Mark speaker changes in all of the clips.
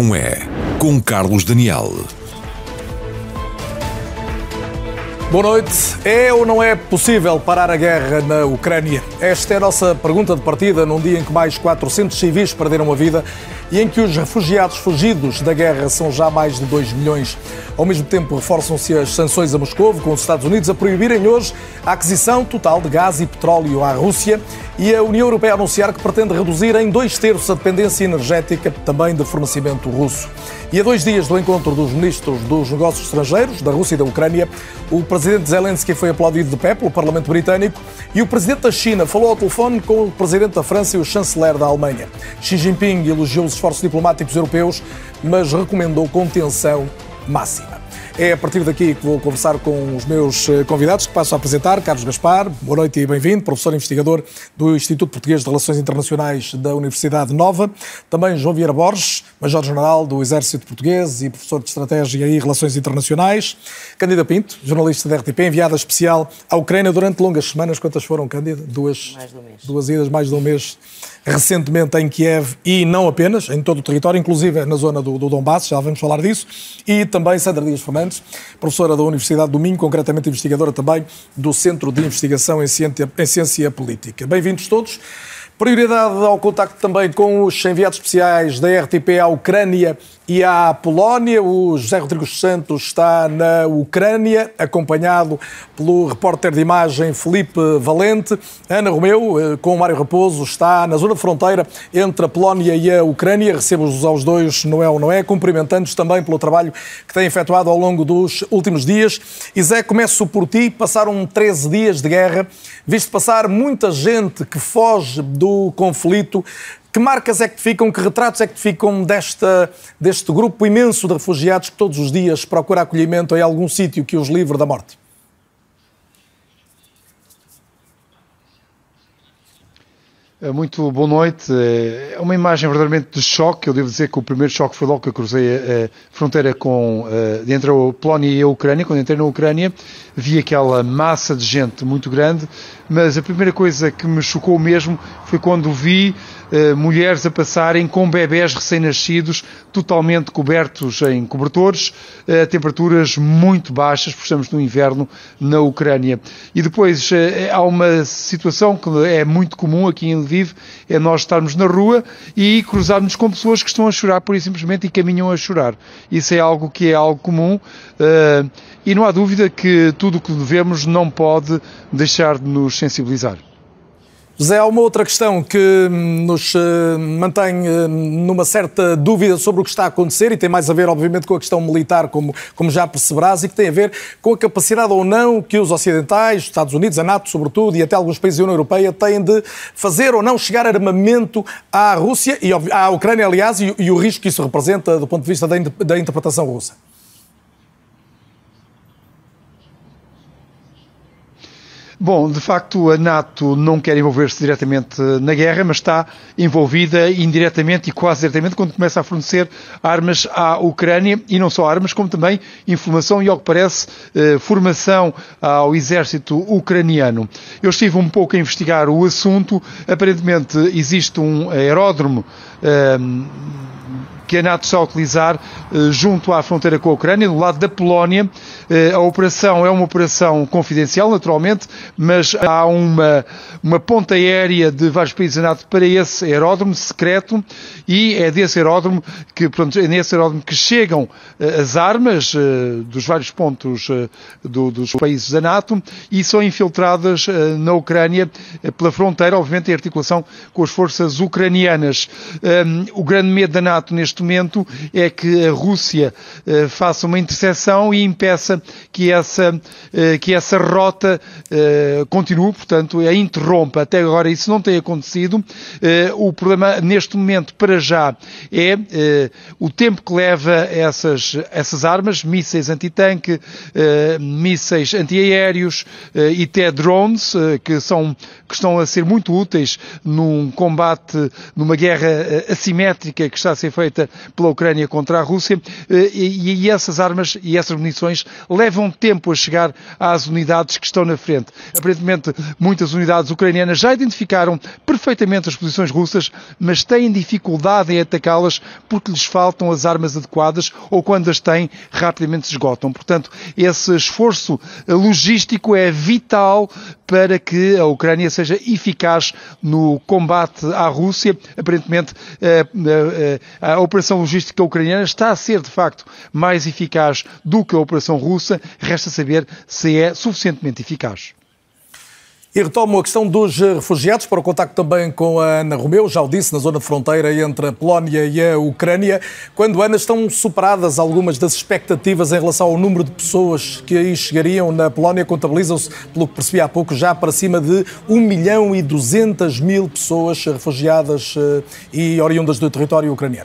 Speaker 1: não é, com Carlos Daniel.
Speaker 2: Boa noite. É ou não é possível parar a guerra na Ucrânia? Esta é a nossa pergunta de partida num dia em que mais 400 civis perderam a vida e em que os refugiados fugidos da guerra são já mais de 2 milhões. Ao mesmo tempo, reforçam-se as sanções a Moscou, com os Estados Unidos a proibirem hoje a aquisição total de gás e petróleo à Rússia e a União Europeia a anunciar que pretende reduzir em 2/3 a dependência energética também de fornecimento russo. E a 2 dias do encontro dos ministros dos negócios estrangeiros da Rússia e da Ucrânia, o presidente Zelensky foi aplaudido de pé pelo Parlamento Britânico e o presidente da China falou ao telefone com o presidente da França e o chanceler da Alemanha. Xi Jinping elogiou os esforços diplomáticos europeus, mas recomendou contenção máxima. É a partir daqui que vou conversar com os meus convidados, que passo a apresentar. Carlos Gaspar, boa noite e bem-vindo, professor investigador do Instituto Português de Relações Internacionais da Universidade Nova. Também João Vieira Borges, major-general do Exército Português e professor de Estratégia e Relações Internacionais. Cândida Pinto, jornalista da RTP, enviada especial à Ucrânia durante longas semanas. Quantas foram, Cândida?
Speaker 3: Mais de um mês.
Speaker 2: 2 idas, mais de um mês. Recentemente em Kiev e não apenas, em todo o território, inclusive na zona do Donbass, já vamos falar disso. E também Sandra Dias Fernandes, professora da Universidade do Minho, concretamente investigadora também do Centro de Investigação em Ciência Política. Bem-vindos todos. Prioridade ao contacto também com os enviados especiais da RTP à Ucrânia e à Polónia. O José Rodrigues Santos está na Ucrânia, acompanhado pelo repórter de imagem Filipe Valente. Ana Romeu, com o Mário Raposo, está na zona de fronteira entre a Polónia e a Ucrânia. Recebo-os aos dois, não é ou não é, cumprimentando-os também pelo trabalho que têm efetuado ao longo dos últimos dias. E Zé, começo por ti. Passaram 13 dias de guerra, viste passar muita gente que foge do conflito. Que marcas é que te ficam, que retratos é que te ficam deste grupo imenso de refugiados que todos os dias procura acolhimento em algum sítio que os livre da morte?
Speaker 4: Muito boa noite. É uma imagem verdadeiramente de choque. Eu devo dizer que o primeiro choque foi logo que eu cruzei a fronteira entre a Polónia e a Ucrânia. Quando entrei na Ucrânia, vi aquela massa de gente muito grande, mas a primeira coisa que me chocou mesmo foi quando vi mulheres a passarem com bebés recém-nascidos, totalmente cobertos em cobertores, a temperaturas muito baixas, porque estamos no inverno na Ucrânia. E depois há uma situação que é muito comum aqui em Lviv, é nós estarmos na rua e cruzarmos com pessoas que estão a chorar pura e simplesmente e caminham a chorar. Isso é algo que é algo comum e não há dúvida que tudo o que devemos não pode deixar de nos sensibilizar.
Speaker 2: José, há uma outra questão que nos mantém numa certa dúvida sobre o que está a acontecer e tem mais a ver, obviamente, com a questão militar, como já perceberás, e que tem a ver com a capacidade ou não que os ocidentais, os Estados Unidos, a NATO sobretudo, e até alguns países da União Europeia têm de fazer ou não chegar armamento à Rússia, e à Ucrânia, aliás, e o risco que isso representa do ponto de vista da interpretação russa.
Speaker 4: Bom, de facto, a NATO não quer envolver-se diretamente na guerra, mas está envolvida indiretamente e quase diretamente quando começa a fornecer armas à Ucrânia, e não só armas, como também informação e, ao que parece, formação ao exército ucraniano. Eu estive um pouco a investigar o assunto. Aparentemente existe um aeródromo que a NATO está a utilizar junto à fronteira com a Ucrânia, do lado da Polónia. A operação é uma operação confidencial, naturalmente, mas há uma ponta aérea de vários países da NATO para esse aeródromo secreto, e é desse aeródromo é nesse aeródromo que chegam as armas dos vários pontos dos países da NATO e são infiltradas na Ucrânia pela fronteira, obviamente em articulação com as forças ucranianas. O grande medo da NATO neste momento é que a Rússia faça uma interseção e impeça que essa rota continue, portanto, a interrompa. Até agora isso não tem acontecido. O problema neste momento, para já, é o tempo que leva essas armas, mísseis antitanque, mísseis antiaéreos e até drones, que estão a ser muito úteis num combate, numa guerra assimétrica que está a ser feita pela Ucrânia contra a Rússia, e essas armas e essas munições levam tempo a chegar às unidades que estão na frente. Aparentemente, muitas unidades ucranianas já identificaram perfeitamente as posições russas, mas têm dificuldade em atacá-las porque lhes faltam as armas adequadas ou, quando as têm, rapidamente se esgotam. Portanto, esse esforço logístico é vital para que a Ucrânia seja eficaz no combate à Rússia. Aparentemente, a operação logística ucraniana está a ser, de facto, mais eficaz do que a operação russa. Resta saber se é suficientemente eficaz.
Speaker 2: E retomo a questão dos refugiados, para o contacto também com a Ana Romeu, já o disse, na zona de fronteira entre a Polónia e a Ucrânia. Quando, Ana, estão superadas algumas das expectativas em relação ao número de pessoas que aí chegariam na Polónia, contabilizam-se, pelo que percebi há pouco, já para cima de 1.200.000 pessoas refugiadas e oriundas do território ucraniano.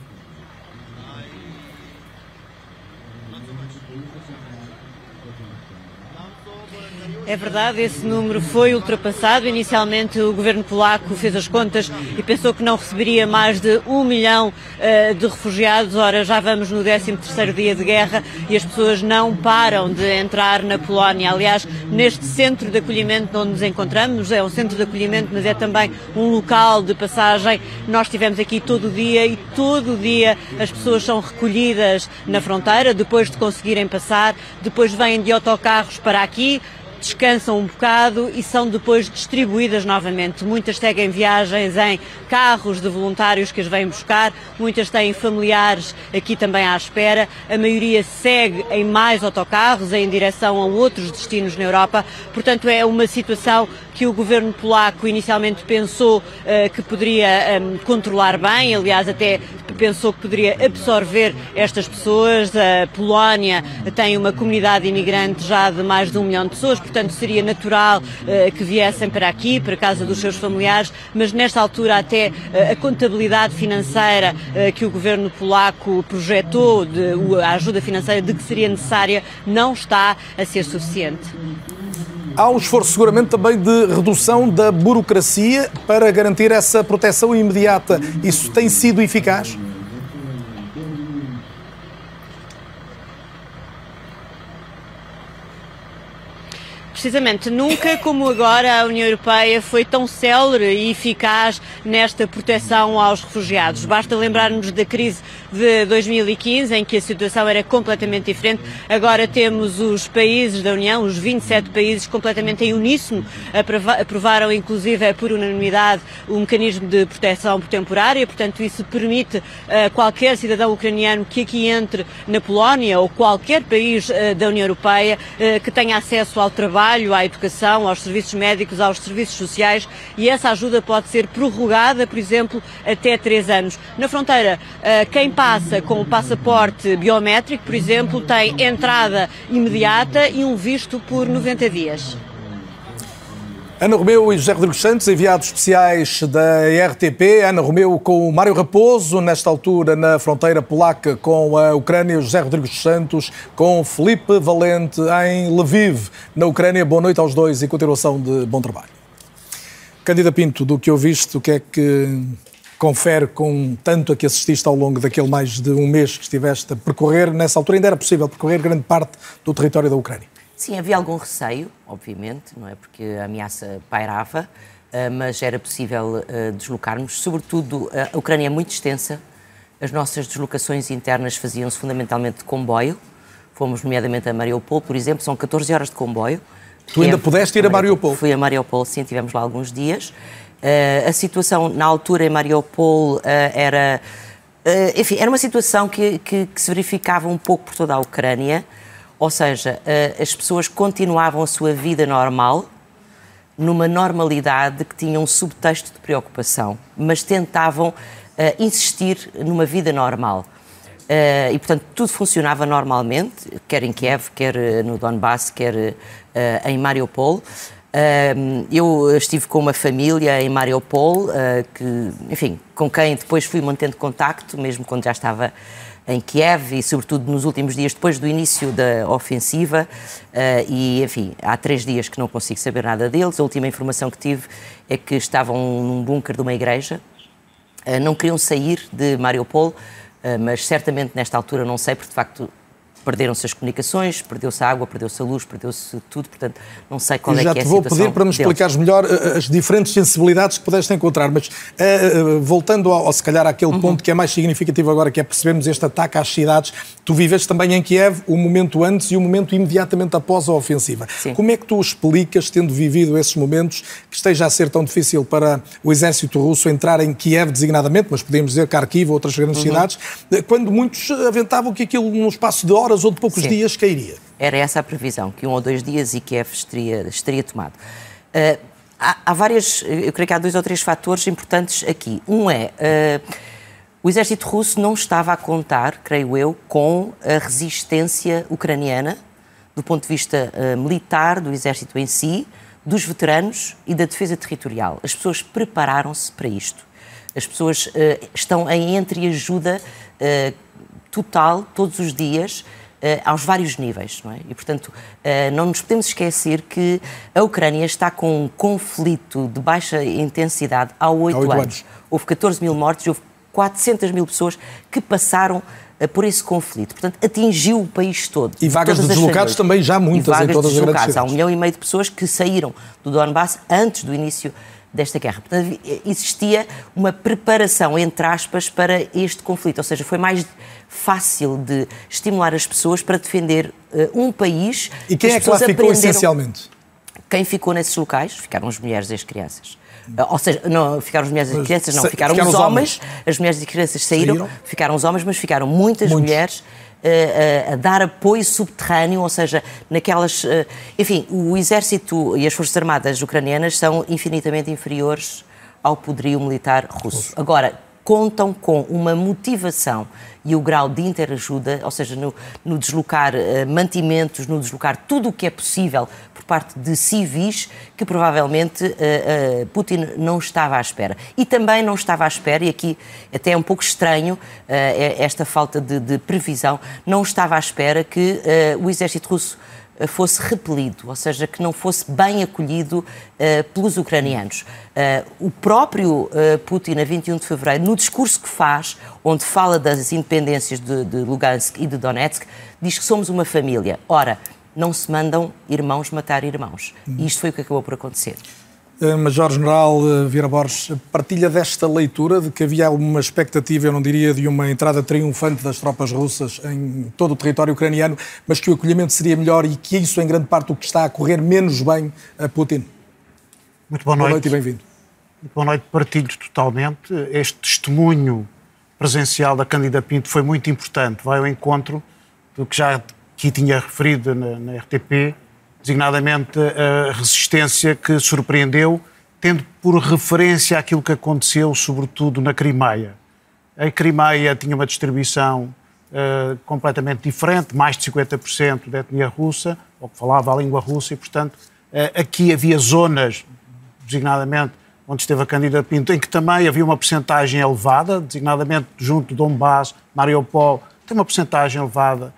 Speaker 3: É verdade, esse número foi ultrapassado. Inicialmente o governo polaco fez as contas e pensou que não receberia mais de 1 milhão de refugiados. Ora, já vamos no 13º dia de guerra e as pessoas não param de entrar na Polónia. Aliás, neste centro de acolhimento onde nos encontramos, é um centro de acolhimento, mas é também um local de passagem. Nós estivemos aqui todo o dia e todo o dia as pessoas são recolhidas na fronteira, depois de conseguirem passar, depois vêm de autocarros para aqui, descansam um bocado e são depois distribuídas novamente. Muitas seguem viagens em carros de voluntários que as vêm buscar, muitas têm familiares aqui também à espera, a maioria segue em mais autocarros em direção a outros destinos na Europa. Portanto, é uma situação que o governo polaco inicialmente pensou que poderia controlar bem, aliás até pensou que poderia absorver estas pessoas. A Polónia tem uma comunidade imigrante já de mais de 1 milhão de pessoas, portanto seria natural que viessem para aqui, para a casa dos seus familiares, mas nesta altura até a contabilidade financeira que o governo polaco projetou, a ajuda financeira de que seria necessária, não está a ser suficiente.
Speaker 2: Há um esforço seguramente também de redução da burocracia para garantir essa proteção imediata. Isso tem sido eficaz?
Speaker 3: Precisamente, nunca como agora a União Europeia foi tão célere e eficaz nesta proteção aos refugiados. Basta lembrar-nos da crise de 2015, em que a situação era completamente diferente. Agora temos os países da União, os 27 países, completamente em uníssono, aprovaram inclusive por unanimidade o mecanismo de proteção temporária. Portanto, isso permite a qualquer cidadão ucraniano que aqui entre na Polónia ou qualquer país da União Europeia que tenha acesso ao trabalho, à educação, aos serviços médicos, aos serviços sociais, e essa ajuda pode ser prorrogada, por exemplo, até 3 anos. Na fronteira, quem passa com o passaporte biométrico, por exemplo, tem entrada imediata e um visto por 90 dias.
Speaker 2: Ana Romeu e José Rodrigues Santos, enviados especiais da RTP. Ana Romeu com o Mário Raposo, nesta altura na fronteira polaca com a Ucrânia. José Rodrigues Santos com Filipe Valente em Lviv, na Ucrânia. Boa noite aos dois e continuação de bom trabalho. Cândida Pinto, do que ouviste, o que é que confere com tanto a que assististe ao longo daquele mais de um mês que estiveste a percorrer? Nessa altura ainda era possível percorrer grande parte do território da Ucrânia.
Speaker 5: Sim, havia algum receio, obviamente, não é? Porque a ameaça pairava, mas era possível deslocarmos. Sobretudo, a Ucrânia é muito extensa, as nossas deslocações internas faziam-se fundamentalmente de comboio. Fomos nomeadamente a Mariupol, por exemplo, são 14 horas de comboio.
Speaker 2: Tu ainda pudeste ir a Mariupol?
Speaker 5: Fui a Mariupol, sim, tivemos lá alguns dias. A situação na altura em Mariupol era... enfim, era uma situação que se verificava um pouco por toda a Ucrânia. Ou seja, as pessoas continuavam a sua vida normal, numa normalidade que tinha um subtexto de preocupação, mas tentavam insistir numa vida normal. E, portanto, tudo funcionava normalmente, quer em Kiev, quer no Donbass, quer em Mariupol. Eu estive com uma família em Mariupol, enfim, com quem depois fui mantendo contacto, mesmo quando já estava em Kiev e, sobretudo, nos últimos dias, depois do início da ofensiva. E, enfim, há 3 dias que não consigo saber nada deles. A última informação que tive é que estavam num bunker de uma igreja. Não queriam sair de Mariupol mas certamente nesta altura não sei, porque de facto perderam-se as comunicações, perdeu-se a água, perdeu-se a luz, perdeu-se tudo, portanto não sei qual é que é a situação.
Speaker 2: Já te vou pedir para me explicares melhor as diferentes sensibilidades que pudeste encontrar, mas voltando se calhar àquele ponto que é mais significativo agora, que é percebermos este ataque às cidades, tu viveste também em Kiev o momento antes e o momento imediatamente após a ofensiva.
Speaker 5: Sim.
Speaker 2: Como é que tu explicas, tendo vivido esses momentos, que esteja a ser tão difícil para o exército russo entrar em Kiev designadamente, mas podemos dizer Kharkiv ou outras grandes cidades, quando muitos aventavam que aquilo num espaço de horas ou de poucos dias cairia?
Speaker 5: Era essa a previsão, que 1 ou 2 dias e Kiev estaria tomado. Há várias, eu creio que há 2 ou 3 fatores importantes aqui. Um é, o exército russo não estava a contar, creio eu, com a resistência ucraniana, do ponto de vista militar, do exército em si, dos veteranos e da defesa territorial. As pessoas prepararam-se para isto. As pessoas estão em entreajuda total, todos os dias, aos vários níveis, não é? E, portanto, não nos podemos esquecer que a Ucrânia está com um conflito de baixa intensidade há 8 anos. Houve 14 mil mortes e houve 400 mil pessoas que passaram por esse conflito. Portanto, atingiu o país todo.
Speaker 2: E vagas de deslocados também já muitas em todas as grandes cidades.
Speaker 5: Há 1,5 milhão de pessoas que saíram do Donbass antes do início desta guerra. Portanto, existia uma preparação, entre aspas, para este conflito. Ou seja, foi mais fácil de estimular as pessoas para defender um país.
Speaker 2: E quem é que lá ficou essencialmente?
Speaker 5: Quem ficou nesses locais ficaram as mulheres e as crianças. Ou seja, não ficaram as mulheres e as crianças, não, ficaram os homens. As mulheres e as crianças saíram, ficaram os homens, mas ficaram muitas mulheres a dar apoio subterrâneo, ou seja, naquelas... Enfim, o exército e as forças armadas ucranianas são infinitamente inferiores ao poderio militar russo. Agora, contam com uma motivação e o grau de interajuda, ou seja, no deslocar mantimentos, no deslocar tudo o que é possível por parte de civis, que provavelmente Putin não estava à espera. E também não estava à espera, e aqui até é um pouco estranho esta falta de previsão, não estava à espera que o exército russo fosse repelido, ou seja, que não fosse bem acolhido pelos ucranianos. O próprio Putin, a 21 de fevereiro, no discurso que faz, onde fala das independências de Lugansk e de Donetsk, diz que somos uma família. Ora, não se mandam irmãos matar irmãos. E isto foi o que acabou por acontecer.
Speaker 2: Major-General Vieira Borges, partilha desta leitura de que havia uma expectativa, eu não diria, de uma entrada triunfante das tropas russas em todo o território ucraniano, mas que o acolhimento seria melhor e que isso, em grande parte, o que está a correr menos bem a Putin?
Speaker 6: Muito boa noite.
Speaker 2: Boa noite e bem-vindo.
Speaker 6: Muito boa noite, partilho totalmente. Este testemunho presencial da Cândida Pinto foi muito importante, vai ao encontro do que já aqui tinha referido na RTP, designadamente a resistência que surpreendeu, tendo por referência aquilo que aconteceu, sobretudo na Crimeia. A Crimeia tinha uma distribuição completamente diferente, mais de 50% da etnia russa, ou que falava a língua russa, e, portanto, aqui havia zonas, designadamente, onde esteve a Cândida Pinto, em que também havia uma percentagem elevada, designadamente junto de Donbass, Mariupol, tem uma percentagem elevada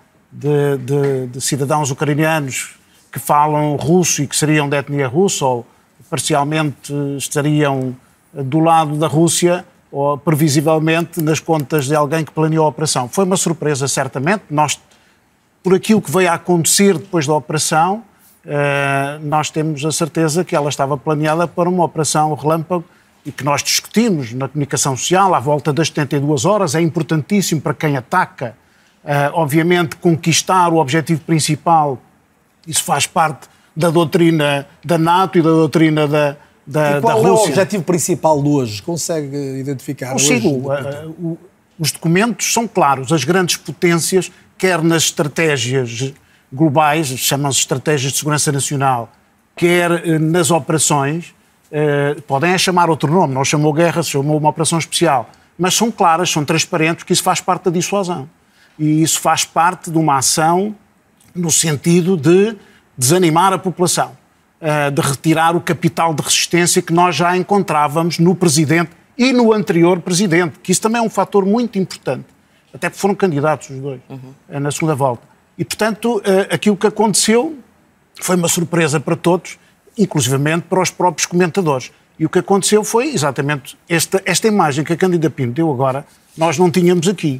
Speaker 6: de cidadãos ucranianos que falam russo e que seriam de etnia russa ou parcialmente estariam do lado da Rússia ou previsivelmente nas contas de alguém que planeou a operação. Foi uma surpresa, certamente. Nós, por aquilo que veio a acontecer depois da operação, nós temos a certeza que ela estava planeada para uma operação relâmpago e que nós discutimos na comunicação social à volta das 72 horas. É importantíssimo para quem ataca, obviamente, conquistar o objetivo principal. Isso faz parte da doutrina da NATO e da doutrina da Rússia.
Speaker 2: Qual é o objetivo principal de hoje? Consegue identificar?
Speaker 6: Consigo. Os documentos são claros. As grandes potências, quer nas estratégias globais, chamam-se estratégias de segurança nacional, quer nas operações, podem chamar outro nome, não chamou guerra, chamou uma operação especial, mas são claras, são transparentes, porque isso faz parte da dissuasão. E isso faz parte de uma ação no sentido de desanimar a população, de retirar o capital de resistência que nós já encontrávamos no presidente e no anterior presidente, que isso também é um fator muito importante, até porque foram candidatos os dois na segunda volta. E, portanto, aquilo que aconteceu foi uma surpresa para todos, inclusivamente para os próprios comentadores. E o que aconteceu foi exatamente esta imagem que a Cândida Pinto deu agora, nós não tínhamos aqui.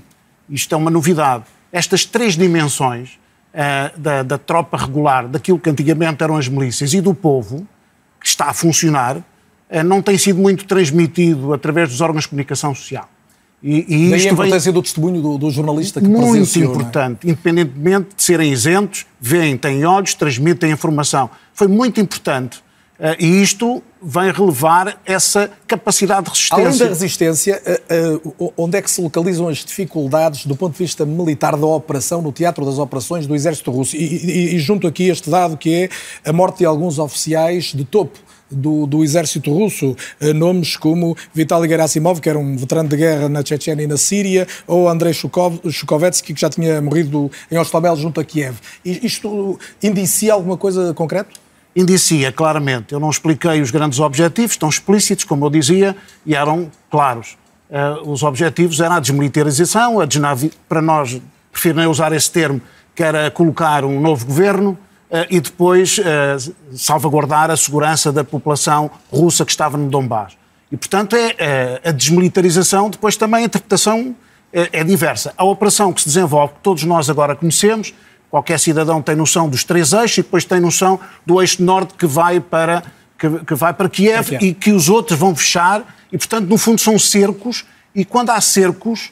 Speaker 6: isto é uma novidade, estas 3 dimensões da tropa regular, daquilo que antigamente eram as milícias e do povo, que está a funcionar, não tem sido muito transmitido através dos órgãos de comunicação social.
Speaker 2: E daí a importância do testemunho do jornalista que presenciou.
Speaker 6: Muito importante, independentemente de serem isentos, veem, têm olhos, transmitem informação. Foi muito importante. E isto vem relevar essa capacidade de resistência.
Speaker 2: Além da resistência, onde é que se localizam as dificuldades do ponto de vista militar da operação, no teatro das operações do exército russo? E junto aqui este dado que é a morte de alguns oficiais de topo do exército russo, nomes como Vitaly Gerasimov, que era um veterano de guerra na Chechênia e na Síria, ou Andrei Shukovetsky, que já tinha morrido em Hostomel junto a Kiev. Isto indicia alguma coisa concreta?
Speaker 6: Indicia, claramente. Eu não expliquei os grandes objetivos, estão explícitos, como eu dizia, e eram claros. Os objetivos eram a desmilitarização, para nós, prefiro nem usar esse termo, que era colocar um novo governo e depois salvaguardar a segurança da população russa que estava no Donbass. E, portanto, a desmilitarização, depois também a interpretação é diversa. A operação que se desenvolve, que todos nós agora conhecemos, qualquer cidadão tem noção dos 3 eixos e depois tem noção do eixo norte que vai para Kiev e que os outros vão fechar. E, portanto, no fundo são cercos e quando há cercos,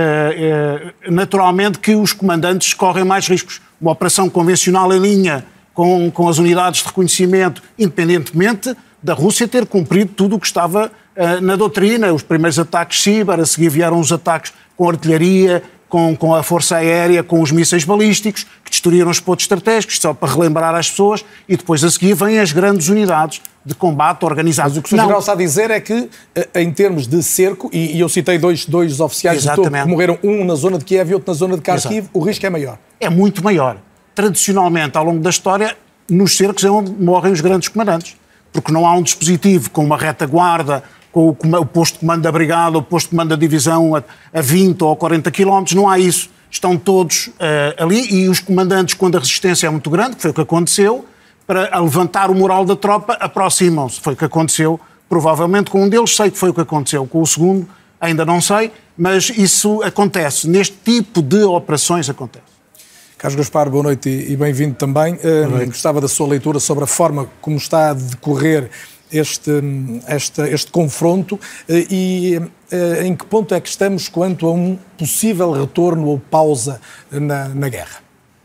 Speaker 6: naturalmente que os comandantes correm mais riscos. Uma operação convencional em linha com as unidades de reconhecimento, independentemente da Rússia ter cumprido tudo o que estava na doutrina, os primeiros ataques ciber, a seguir vieram os ataques com artilharia, com a força aérea, com os mísseis balísticos, que destruíram os pontos estratégicos, só para relembrar às pessoas, e depois a seguir vêm as grandes unidades de combate organizadas.
Speaker 2: Mas o que o Sr. General está a dizer é que, em termos de cerco, e eu citei dois oficiais de topo que morreram, um na zona de Kiev e outro na zona de Kharkiv, o risco é maior.
Speaker 6: É muito maior. Tradicionalmente, ao longo da história, nos cercos é onde morrem os grandes comandantes, porque não há um dispositivo com uma retaguarda, com o posto de comando da brigada, o posto de comando da divisão a 20 ou 40 quilómetros, não há isso. Estão todos ali e os comandantes, quando a resistência é muito grande, que foi o que aconteceu, para levantar o moral da tropa, aproximam-se. Foi o que aconteceu, provavelmente, com um deles. Sei que foi o que aconteceu com o segundo, ainda não sei, mas isso acontece. Neste tipo de operações acontece.
Speaker 2: Carlos Gaspar, boa noite e bem-vindo também. Gostava da sua leitura sobre a forma como está a decorrer este confronto e em que ponto é que estamos quanto a um possível retorno ou pausa na guerra?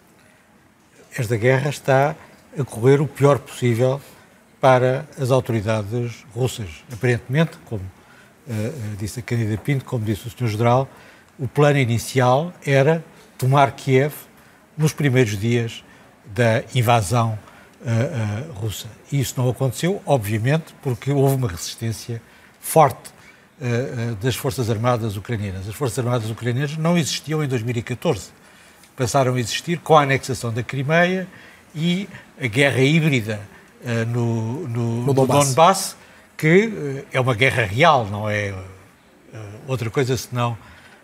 Speaker 7: Esta guerra está a correr o pior possível para as autoridades russas. Aparentemente, como disse a Cândida Pinto, como disse o Sr. General, o plano inicial era tomar Kiev nos primeiros dias da invasão russa. E isso não aconteceu, obviamente, porque houve uma resistência forte das Forças Armadas ucranianas. As Forças Armadas ucranianas não existiam em 2014. Passaram a existir com a anexação da Crimeia e a guerra híbrida no Donbass, que é uma guerra real, não é outra coisa senão...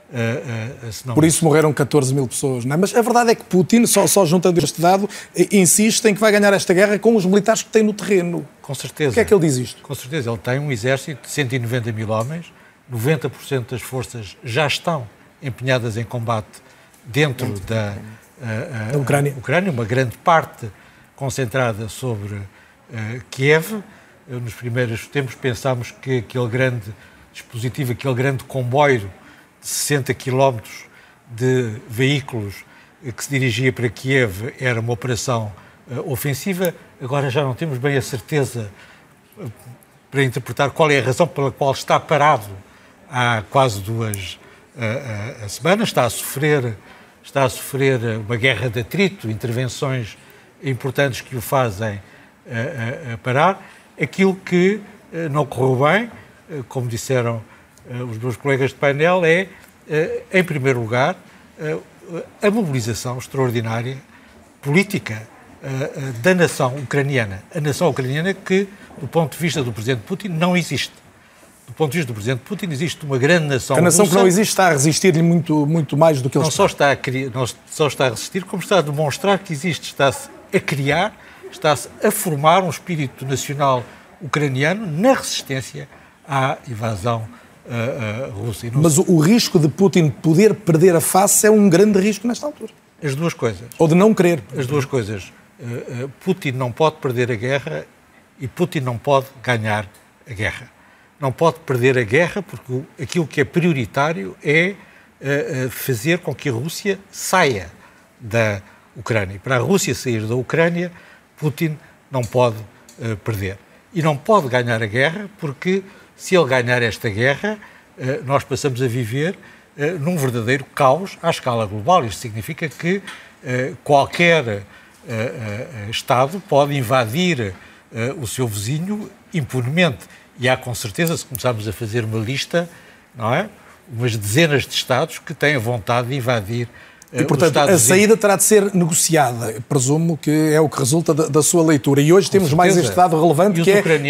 Speaker 2: Por isso morreram 14 mil pessoas, não é? Mas a verdade é que Putin, só juntando este dado, insiste em que vai ganhar esta guerra com os militares que tem no terreno.
Speaker 7: Com certeza.
Speaker 2: Por que é que ele diz isto?
Speaker 7: Com certeza. Ele tem um exército de 190 mil homens, 90% das forças já estão empenhadas em combate dentro da Ucrânia, uma grande parte concentrada sobre Kiev. Nos primeiros tempos pensámos que aquele grande dispositivo, aquele grande comboio de 60 quilómetros de veículos que se dirigia para Kiev era uma operação ofensiva. Agora já não temos bem a certeza para interpretar qual é a razão pela qual está parado há quase 2 semanas. Está a sofrer uma guerra de atrito, intervenções importantes que o fazem parar. Aquilo que não correu bem, como disseram os meus colegas de painel, é, em primeiro lugar, a mobilização extraordinária política da nação ucraniana. A nação ucraniana que, do ponto de vista do Presidente Putin, não existe. Do ponto de vista do Presidente Putin, existe uma grande nação russa.
Speaker 2: A nação que não existe está a resistir-lhe muito mais do que ele
Speaker 7: não só está a resistir, como está a demonstrar que existe. Está-se a criar, está-se a formar um espírito nacional ucraniano na resistência à invasão a Rússia.
Speaker 2: Mas o risco de Putin poder perder a face é um grande risco nesta altura.
Speaker 7: As duas coisas.
Speaker 2: Ou de não querer.
Speaker 7: As duas coisas. Putin não pode perder a guerra e Putin não pode ganhar a guerra. Não pode perder a guerra porque aquilo que é prioritário é fazer com que a Rússia saia da Ucrânia. Para a Rússia sair da Ucrânia, Putin não pode perder. E não pode ganhar a guerra porque, se ele ganhar esta guerra, nós passamos a viver num verdadeiro caos à escala global. Isto significa que qualquer Estado pode invadir o seu vizinho impunemente. E há, com certeza, se começarmos a fazer uma lista, não é? Umas dezenas de Estados que têm a vontade de invadir
Speaker 2: e, portanto, a saída terá de ser negociada. Presumo que é o que resulta da sua leitura. E hoje temos mais este dado relevante,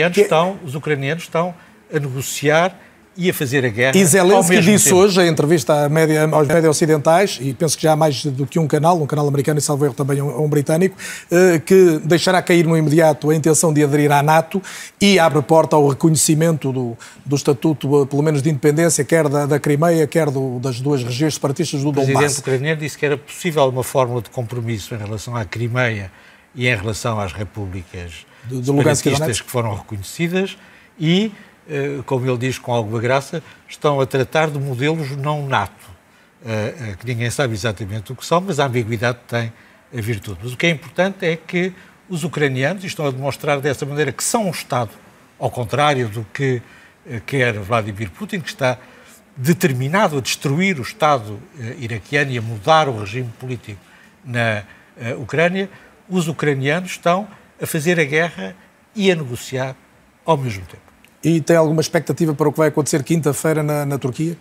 Speaker 7: os ucranianos estão a negociar e a fazer a guerra.
Speaker 2: E Zelensky disse hoje, em entrevista aos médias ocidentais, e penso que já há mais do que um canal americano e, salvo erro, também um britânico, que deixará cair no imediato a intenção de aderir à NATO e abre porta ao reconhecimento do estatuto, pelo menos de independência, quer da Crimeia, quer das duas regiões separatistas do Donbass.
Speaker 7: O presidente ucraniano disse que era possível uma fórmula de compromisso em relação à Crimeia e em relação às repúblicas separatistas que foram reconhecidas e, como ele diz com alguma graça, estão a tratar de modelos não NATO, que ninguém sabe exatamente o que são, mas a ambiguidade tem a virtude. Mas o que é importante é que os ucranianos estão a demonstrar dessa maneira que são um Estado, ao contrário do que quer Vladimir Putin, que está determinado a destruir o Estado iraquiano e a mudar o regime político na Ucrânia. Os ucranianos estão a fazer a guerra e a negociar ao mesmo tempo.
Speaker 2: E tem alguma expectativa para o que vai acontecer quinta-feira na Turquia?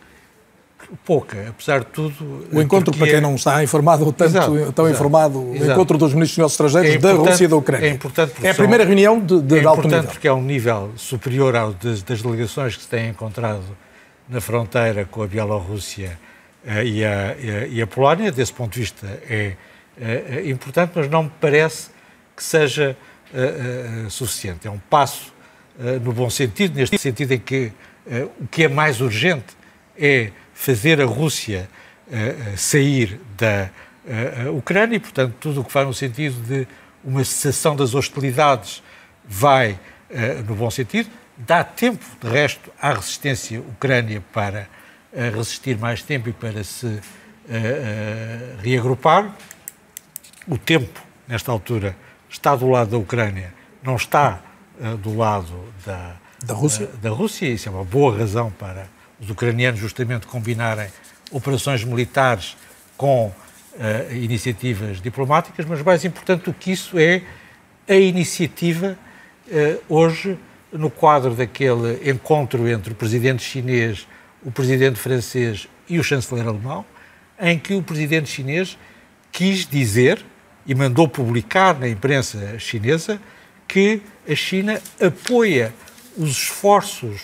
Speaker 7: Pouca, apesar de tudo.
Speaker 2: O encontro, para quem não está informado, tão informado, o encontro dos ministros dos negócios estrangeiros da Rússia e da Ucrânia.
Speaker 7: É importante porque
Speaker 2: é a primeira reunião de alto nível. É
Speaker 7: importante porque é um nível superior ao das delegações que se têm encontrado na fronteira com a Bielorrússia e a Polónia. Desse ponto de vista é importante, mas não me parece que seja suficiente. É um passo no bom sentido, neste sentido em que o que é mais urgente é fazer a Rússia sair da Ucrânia e, portanto, tudo o que vai no sentido de uma cessação das hostilidades vai no bom sentido. Dá tempo, de resto, à resistência ucrânia para resistir mais tempo e para se reagrupar. O tempo, nesta altura, está do lado da Ucrânia, não está do lado da Rússia. Isso é uma boa razão para os ucranianos justamente combinarem operações militares com iniciativas diplomáticas, mas mais importante do que isso é a iniciativa hoje no quadro daquele encontro entre o presidente chinês, o presidente francês e o chanceler alemão, em que o presidente chinês quis dizer e mandou publicar na imprensa chinesa que a China apoia os esforços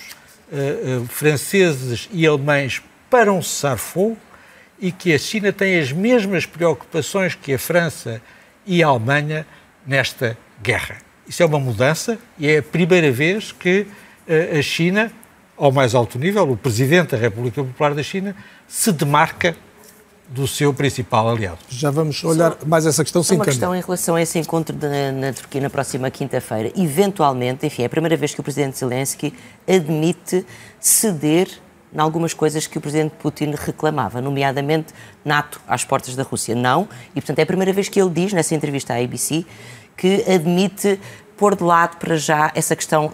Speaker 7: franceses e alemães para um cessar-fogo e que a China tem as mesmas preocupações que a França e a Alemanha nesta guerra. Isso é uma mudança e é a primeira vez que a China, ao mais alto nível, o Presidente da República Popular da China, se demarca do seu principal aliado.
Speaker 2: Já vamos olhar mais essa questão.
Speaker 5: Uma questão em relação a esse encontro na Turquia na próxima quinta-feira. Eventualmente, enfim, é a primeira vez que o Presidente Zelensky admite ceder em algumas coisas que o Presidente Putin reclamava, nomeadamente NATO às portas da Rússia. Não, e portanto é a primeira vez que ele diz, nessa entrevista à ABC, que admite pôr de lado para já essa questão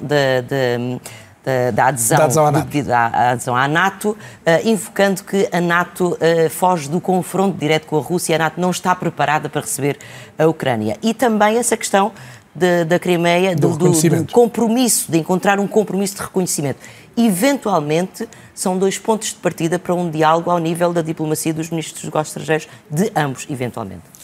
Speaker 5: da adesão à NATO, invocando que a NATO foge do confronto direto com a Rússia, a NATO não está preparada para receber a Ucrânia. E também essa questão da Crimeia, do compromisso, de encontrar um compromisso de reconhecimento. Eventualmente, são dois pontos de partida para um diálogo ao nível da diplomacia dos ministros dos negócios estrangeiros de ambos, eventualmente.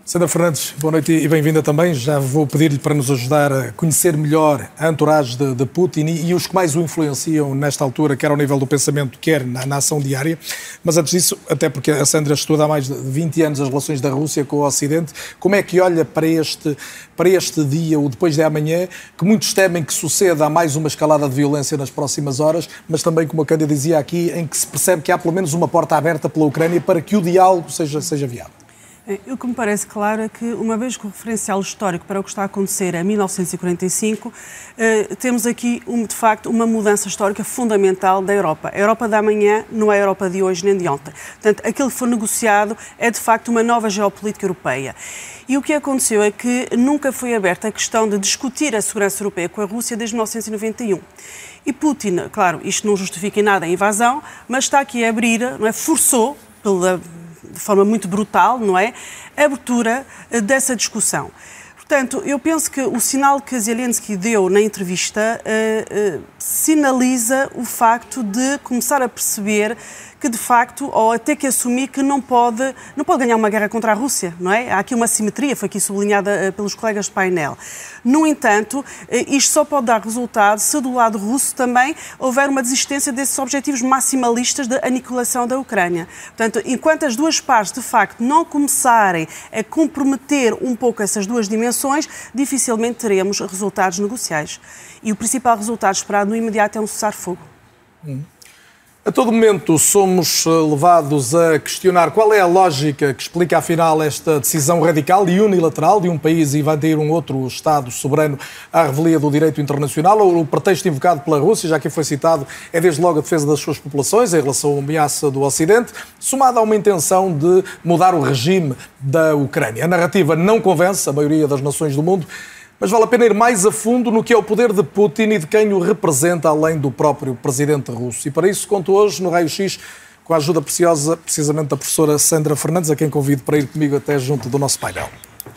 Speaker 2: Sandra Fernandes, boa noite e bem-vinda também. Já vou pedir-lhe para nos ajudar a conhecer melhor a entourage de Putin e os que mais o influenciam nesta altura, quer ao nível do pensamento, quer na ação diária. Mas antes disso, até porque a Sandra estuda há mais de 20 anos as relações da Rússia com o Ocidente, como é que olha para este dia, o depois de amanhã, que muitos temem que suceda mais uma escalada de violência nas próximas horas, mas também, como a Cândida dizia aqui, em que se percebe que há pelo menos uma porta aberta pela Ucrânia para que o diálogo seja viável?
Speaker 8: O que me parece claro é que, uma vez que o referencial histórico para o que está a acontecer é 1945, temos aqui, de facto, uma mudança histórica fundamental da Europa. A Europa da amanhã não é a Europa de hoje nem de ontem. Portanto, aquilo que foi negociado é, de facto, uma nova geopolítica europeia. E o que aconteceu é que nunca foi aberta a questão de discutir a segurança europeia com a Rússia desde 1991. E Putin, claro, isto não justifica em nada a invasão, mas está aqui a abrir, não é, forçou, de forma muito brutal, não é, a abertura dessa discussão. Portanto, eu penso que o sinal que Zelensky deu na entrevista sinaliza o facto de começar a perceber que, de facto, ou a ter que assumir que não pode ganhar uma guerra contra a Rússia, não é? Há aqui uma simetria, foi aqui sublinhada pelos colegas de painel. No entanto, isto só pode dar resultado se do lado russo também houver uma desistência desses objetivos maximalistas de aniquilação da Ucrânia. Portanto, enquanto as duas partes, de facto, não começarem a comprometer um pouco essas duas dimensões, dificilmente teremos resultados negociais. E o principal resultado esperado no imediato é um cessar-fogo.
Speaker 2: A todo momento somos levados a questionar qual é a lógica que explica, afinal, esta decisão radical e unilateral de um país invadir um outro Estado soberano à revelia do direito internacional. O pretexto invocado pela Rússia, já que foi citado, é desde logo a defesa das suas populações em relação à ameaça do Ocidente, somada a uma intenção de mudar o regime da Ucrânia. A narrativa não convence a maioria das nações do mundo, mas vale a pena ir mais a fundo no que é o poder de Putin e de quem o representa, além do próprio presidente russo. E para isso conto hoje no Raio X com a ajuda preciosa, precisamente, da professora Sandra Fernandes, a quem convido para ir comigo até junto do nosso painel.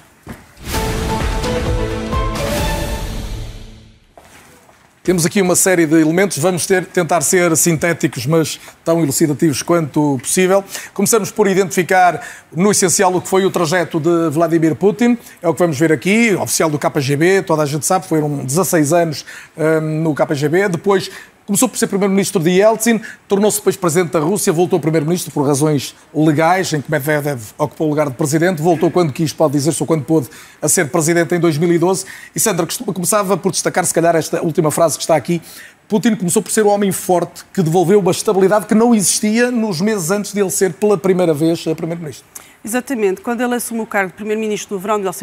Speaker 2: Temos aqui uma série de elementos, vamos tentar ser sintéticos, mas tão elucidativos quanto possível. Começamos por identificar, no essencial, o que foi o trajeto de Vladimir Putin. É o que vamos ver aqui, oficial do KGB, toda a gente sabe, foram 16 anos no KGB. Depois começou por ser primeiro-ministro de Yeltsin, tornou-se depois presidente da Rússia, voltou primeiro-ministro por razões legais, em que Medvedev ocupou o lugar de presidente, voltou quando quis, pode dizer-se, ou quando pôde, a ser presidente em 2012. E Sandra, começava por destacar, se calhar, esta última frase que está aqui. Putin começou por ser um homem forte que devolveu uma estabilidade que não existia nos meses antes de ele ser, pela primeira vez, primeiro-ministro.
Speaker 8: Exatamente. Quando ele assumiu o cargo de primeiro-ministro no verão de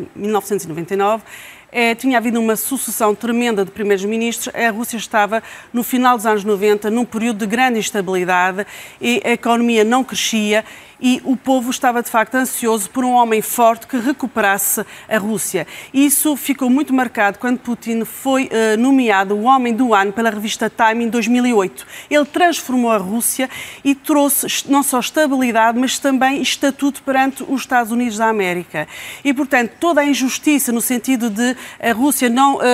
Speaker 8: 1999, tinha havido uma sucessão tremenda de primeiros-ministros. A Rússia estava, no final dos anos 90, num período de grande instabilidade e a economia não crescia e o povo estava, de facto, ansioso por um homem forte que recuperasse a Rússia. Isso ficou muito marcado quando Putin foi nomeado o Homem do Ano pela revista Time em 2008. Ele transformou a Rússia e trouxe não só estabilidade, mas também estatuto perante os Estados Unidos da América. E, portanto, toda a injustiça no sentido de a Rússia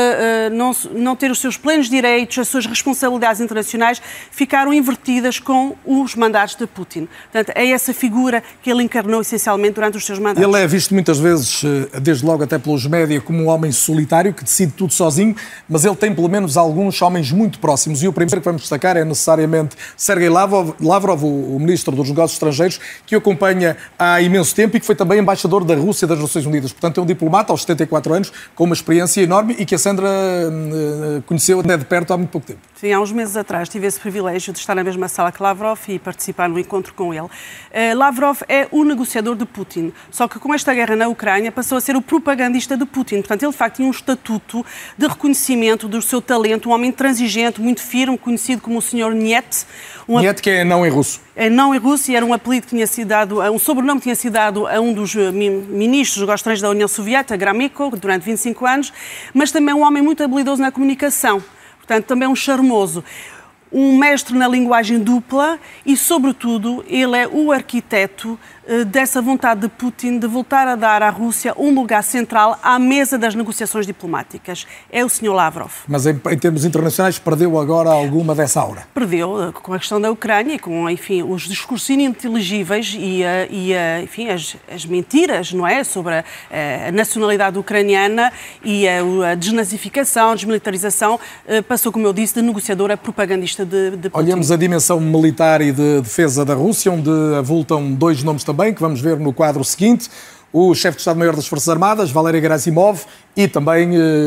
Speaker 8: não ter os seus plenos direitos, as suas responsabilidades internacionais, ficaram invertidas com os mandatos de Putin. Portanto, é essa figura que ele encarnou essencialmente durante os seus mandatos.
Speaker 2: Ele é visto muitas vezes, desde logo até pelos média, como um homem solitário que decide tudo sozinho, mas ele tem pelo menos alguns homens muito próximos. E o primeiro que vamos destacar é necessariamente Sergei Lavrov, o ministro dos Negócios Estrangeiros, que o acompanha há imenso tempo e que foi também embaixador da Rússia das Nações Unidas. Portanto, é um diplomata aos 74 anos, com uma experiência enorme e que a Sandra conheceu até de perto há muito pouco tempo.
Speaker 8: Sim, há uns meses atrás tive esse privilégio de estar na mesma sala que Lavrov e participar no encontro com ele. Lavrov é o negociador de Putin, só que com esta guerra na Ucrânia passou a ser o propagandista de Putin. Portanto, ele de facto tinha um estatuto de reconhecimento do seu talento, um homem intransigente, muito firme, conhecido como o Sr. Niet.
Speaker 2: Niet, que é não em russo.
Speaker 8: É não em russo e era um apelido que tinha sido dado, um sobrenome que tinha sido dado a um dos ministros dos negócios estrangeiros da União Soviética, Gromyko, durante 25 anos, mas também um homem muito habilidoso na comunicação. Portanto, também um charmoso. Um mestre na linguagem dupla e, sobretudo, ele é o arquiteto dessa vontade de Putin de voltar a dar à Rússia um lugar central à mesa das negociações diplomáticas. É o Sr. Lavrov.
Speaker 2: Mas em termos internacionais perdeu agora alguma dessa aura?
Speaker 8: Perdeu com a questão da Ucrânia e com, enfim, os discursos ininteligíveis enfim, as mentiras, não é, sobre a nacionalidade ucraniana e a desnazificação, a desmilitarização, passou, como eu disse, de negociadora a propagandista de Putin.
Speaker 2: Olhamos a dimensão militar e de defesa da Rússia, onde avultam dois nomes também, que vamos ver no quadro seguinte. O chefe de Estado-Maior das Forças Armadas, Valery Gerasimov, e também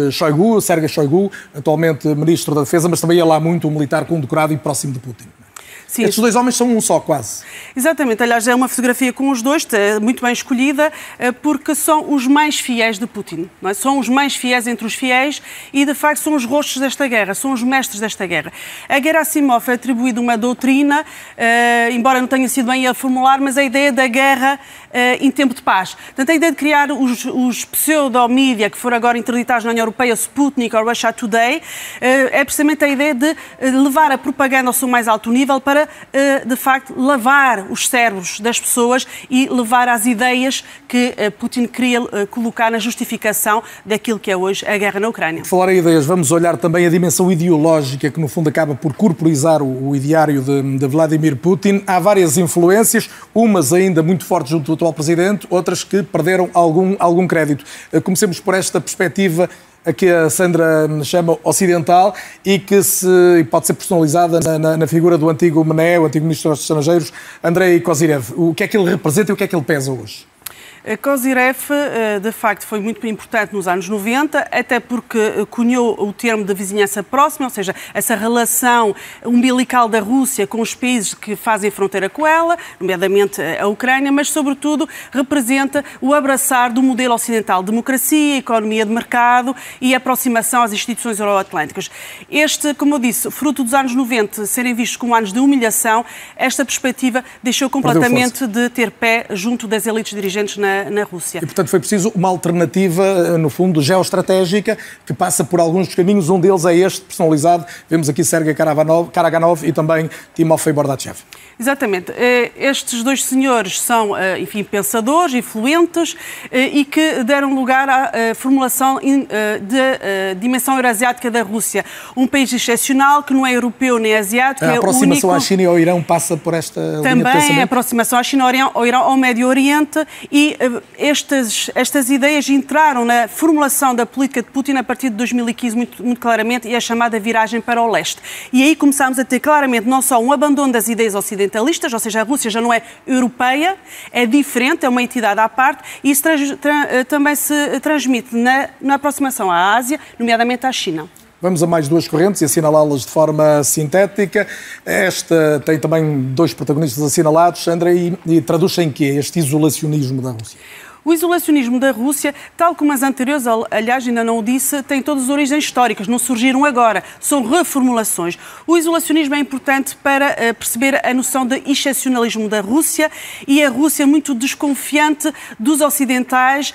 Speaker 2: Sergei Shoigu, atualmente Ministro da Defesa, mas também é lá muito um militar condecorado e próximo de Putin. Sim. Estes dois homens são um só, quase.
Speaker 8: Exatamente. Aliás, é uma fotografia com os dois, muito bem escolhida, porque são os mais fiéis de Putin. Não é? São os mais fiéis entre os fiéis e, de facto, são os rostos desta guerra, são os mestres desta guerra. A Gerasimov é atribuída uma doutrina, embora não tenha sido bem ele formular, mas a ideia da guerra em tempo de paz. Portanto, a ideia de criar os pseudo-mídia que foram agora interditados na União Europeia, Sputnik ou Russia Today, é precisamente a ideia de levar a propaganda ao seu mais alto nível para, de facto, lavar os cérebros das pessoas e levar às ideias que Putin queria colocar na justificação daquilo que é hoje a guerra na Ucrânia.
Speaker 2: Falar em ideias, vamos olhar também a dimensão ideológica que, no fundo, acaba por corporizar o ideário de Vladimir Putin. Há várias influências, umas ainda muito fortes junto do atual presidente, outras que perderam algum crédito. Comecemos por esta perspectiva a que a Sandra chama ocidental e que pode ser personalizada na figura do antigo Mené, o antigo Ministro dos Estrangeiros, Andrei Kozyrev. O que é que ele representa e o que é que ele pesa hoje?
Speaker 8: Kozyrev, de facto, foi muito importante nos anos 90, até porque cunhou o termo de vizinhança próxima, ou seja, essa relação umbilical da Rússia com os países que fazem fronteira com ela, nomeadamente a Ucrânia, mas, sobretudo, representa o abraçar do modelo ocidental, democracia, economia de mercado e aproximação às instituições euroatlânticas. Este, como eu disse, fruto dos anos 90 serem vistos como anos de humilhação, esta perspectiva deixou completamente de ter pé junto das elites dirigentes na Rússia.
Speaker 2: E, portanto, foi preciso uma alternativa, no fundo, geoestratégica, que passa por alguns dos caminhos. Um deles é este, personalizado. Vemos aqui Sergei Karaganov e também Timofey Bordachev.
Speaker 8: Exatamente. Estes dois senhores são, enfim, pensadores, influentes e que deram lugar à formulação da dimensão euroasiática da Rússia. Um país excepcional, que não é europeu nem asiático.
Speaker 2: A aproximação à China e ao Irão passa por esta linha de pensamento?
Speaker 8: Também a aproximação à China, ao Irão, ao Médio Oriente, e estas ideias entraram na formulação da política de Putin a partir de 2015 muito claramente, e a chamada viragem para o leste. E aí começámos a ter claramente não só um abandono das ideias ocidentalistas, ou seja, a Rússia já não é europeia, é diferente, é uma entidade à parte, e isso também se transmite na aproximação à Ásia, nomeadamente à China.
Speaker 2: Vamos a mais duas correntes e assinalá-las de forma sintética. Esta tem também dois protagonistas assinalados, Sandra, e traduz em quê este isolacionismo da Rússia?
Speaker 8: O isolacionismo da Rússia, tal como as anteriores, aliás, ainda não o disse, tem todas as origens históricas, não surgiram agora, são reformulações. O isolacionismo é importante para perceber a noção de excepcionalismo da Rússia, e a Rússia muito desconfiante dos ocidentais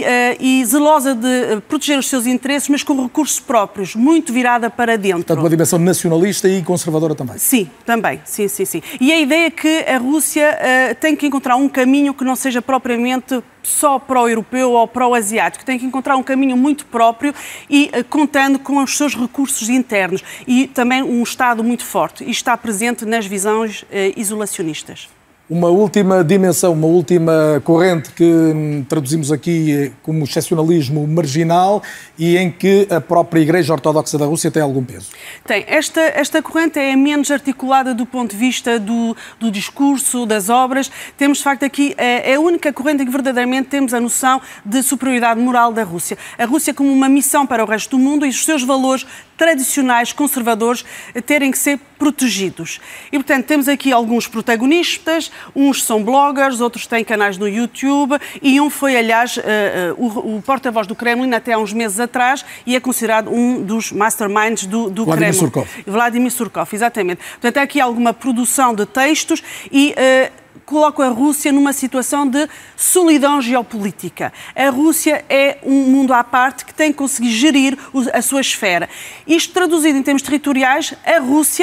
Speaker 8: e zelosa de proteger os seus interesses, mas com recursos próprios, muito virada para dentro.
Speaker 2: Portanto, uma dimensão nacionalista e conservadora também.
Speaker 8: Sim, também. Sim. E a ideia é que a Rússia tem que encontrar um caminho que não seja propriamente só pró-europeu ou pró-asiático, tem que encontrar um caminho muito próprio e contando com os seus recursos internos e também um Estado muito forte, e está presente nas visões isolacionistas.
Speaker 2: Uma última dimensão, uma última corrente que traduzimos aqui como excepcionalismo marginal e em que a própria Igreja Ortodoxa da Rússia tem algum peso.
Speaker 8: Tem. Esta corrente é menos articulada do ponto de vista do discurso, das obras. Temos, de facto, aqui é a única corrente em que verdadeiramente temos a noção de superioridade moral da Rússia. A Rússia como uma missão para o resto do mundo e os seus valores tradicionais, conservadores, terem que ser protegidos. E, portanto, temos aqui alguns protagonistas, uns são bloggers, outros têm canais no YouTube, e um foi, aliás, o porta-voz do Kremlin até há uns meses atrás, e é considerado um dos masterminds do Kremlin.
Speaker 2: Surkov.
Speaker 8: Vladimir Surkov, exatamente. Portanto, há aqui alguma produção de textos e coloca a Rússia numa situação de solidão geopolítica. A Rússia é um mundo à parte que tem que conseguir gerir a sua esfera. Isto traduzido em termos territoriais, a Rússia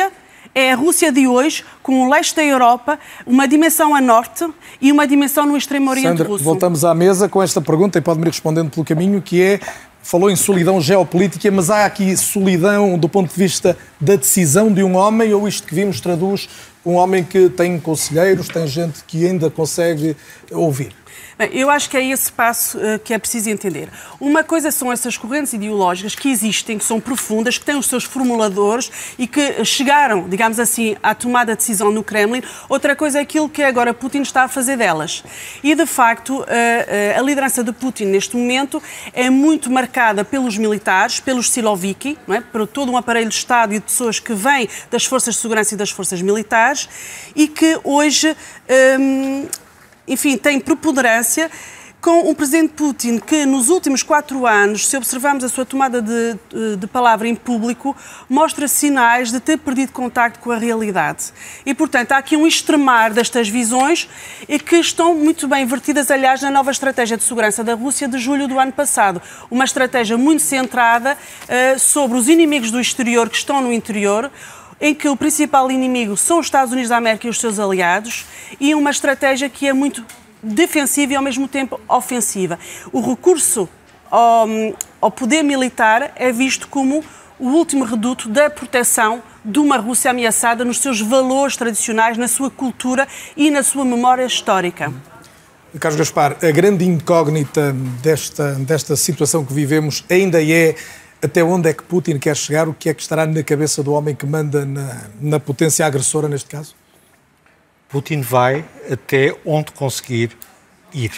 Speaker 8: É a Rússia de hoje, com o leste da Europa, uma dimensão a norte e uma dimensão no Extremo Oriente russo.
Speaker 2: Voltamos à mesa com esta pergunta e pode-me ir respondendo pelo caminho, que é, falou em solidão geopolítica, mas há aqui solidão do ponto de vista da decisão de um homem, ou isto que vimos traduz um homem que tem conselheiros, tem gente que ainda consegue ouvir?
Speaker 8: Bem, eu acho que é esse passo que é preciso entender. Uma coisa são essas correntes ideológicas que existem, que são profundas, que têm os seus formuladores e que chegaram, digamos assim, à tomada de decisão no Kremlin. Outra coisa é aquilo que agora Putin está a fazer delas. E, de facto, a liderança de Putin neste momento é muito marcada pelos militares, pelos Siloviki, não é? Por todo um aparelho de Estado e de pessoas que vêm das forças de segurança e das forças militares e que hoje... enfim, tem preponderância com o presidente Putin, que nos últimos 4 anos, se observarmos a sua tomada de palavra em público, mostra sinais de ter perdido contacto com a realidade. E, portanto, há aqui um extremar destas visões e que estão muito bem vertidas, aliás, na nova estratégia de segurança da Rússia de julho do ano passado. Uma estratégia muito centrada sobre os inimigos do exterior que estão no interior, em que o principal inimigo são os Estados Unidos da América e os seus aliados, e uma estratégia que é muito defensiva e, ao mesmo tempo, ofensiva. O recurso ao poder militar é visto como o último reduto da proteção de uma Rússia ameaçada nos seus valores tradicionais, na sua cultura e na sua memória histórica.
Speaker 2: Carlos Gaspar, a grande incógnita desta situação que vivemos ainda é até onde é que Putin quer chegar, o que é que estará na cabeça do homem que manda na potência agressora neste caso?
Speaker 7: Putin vai até onde conseguir ir.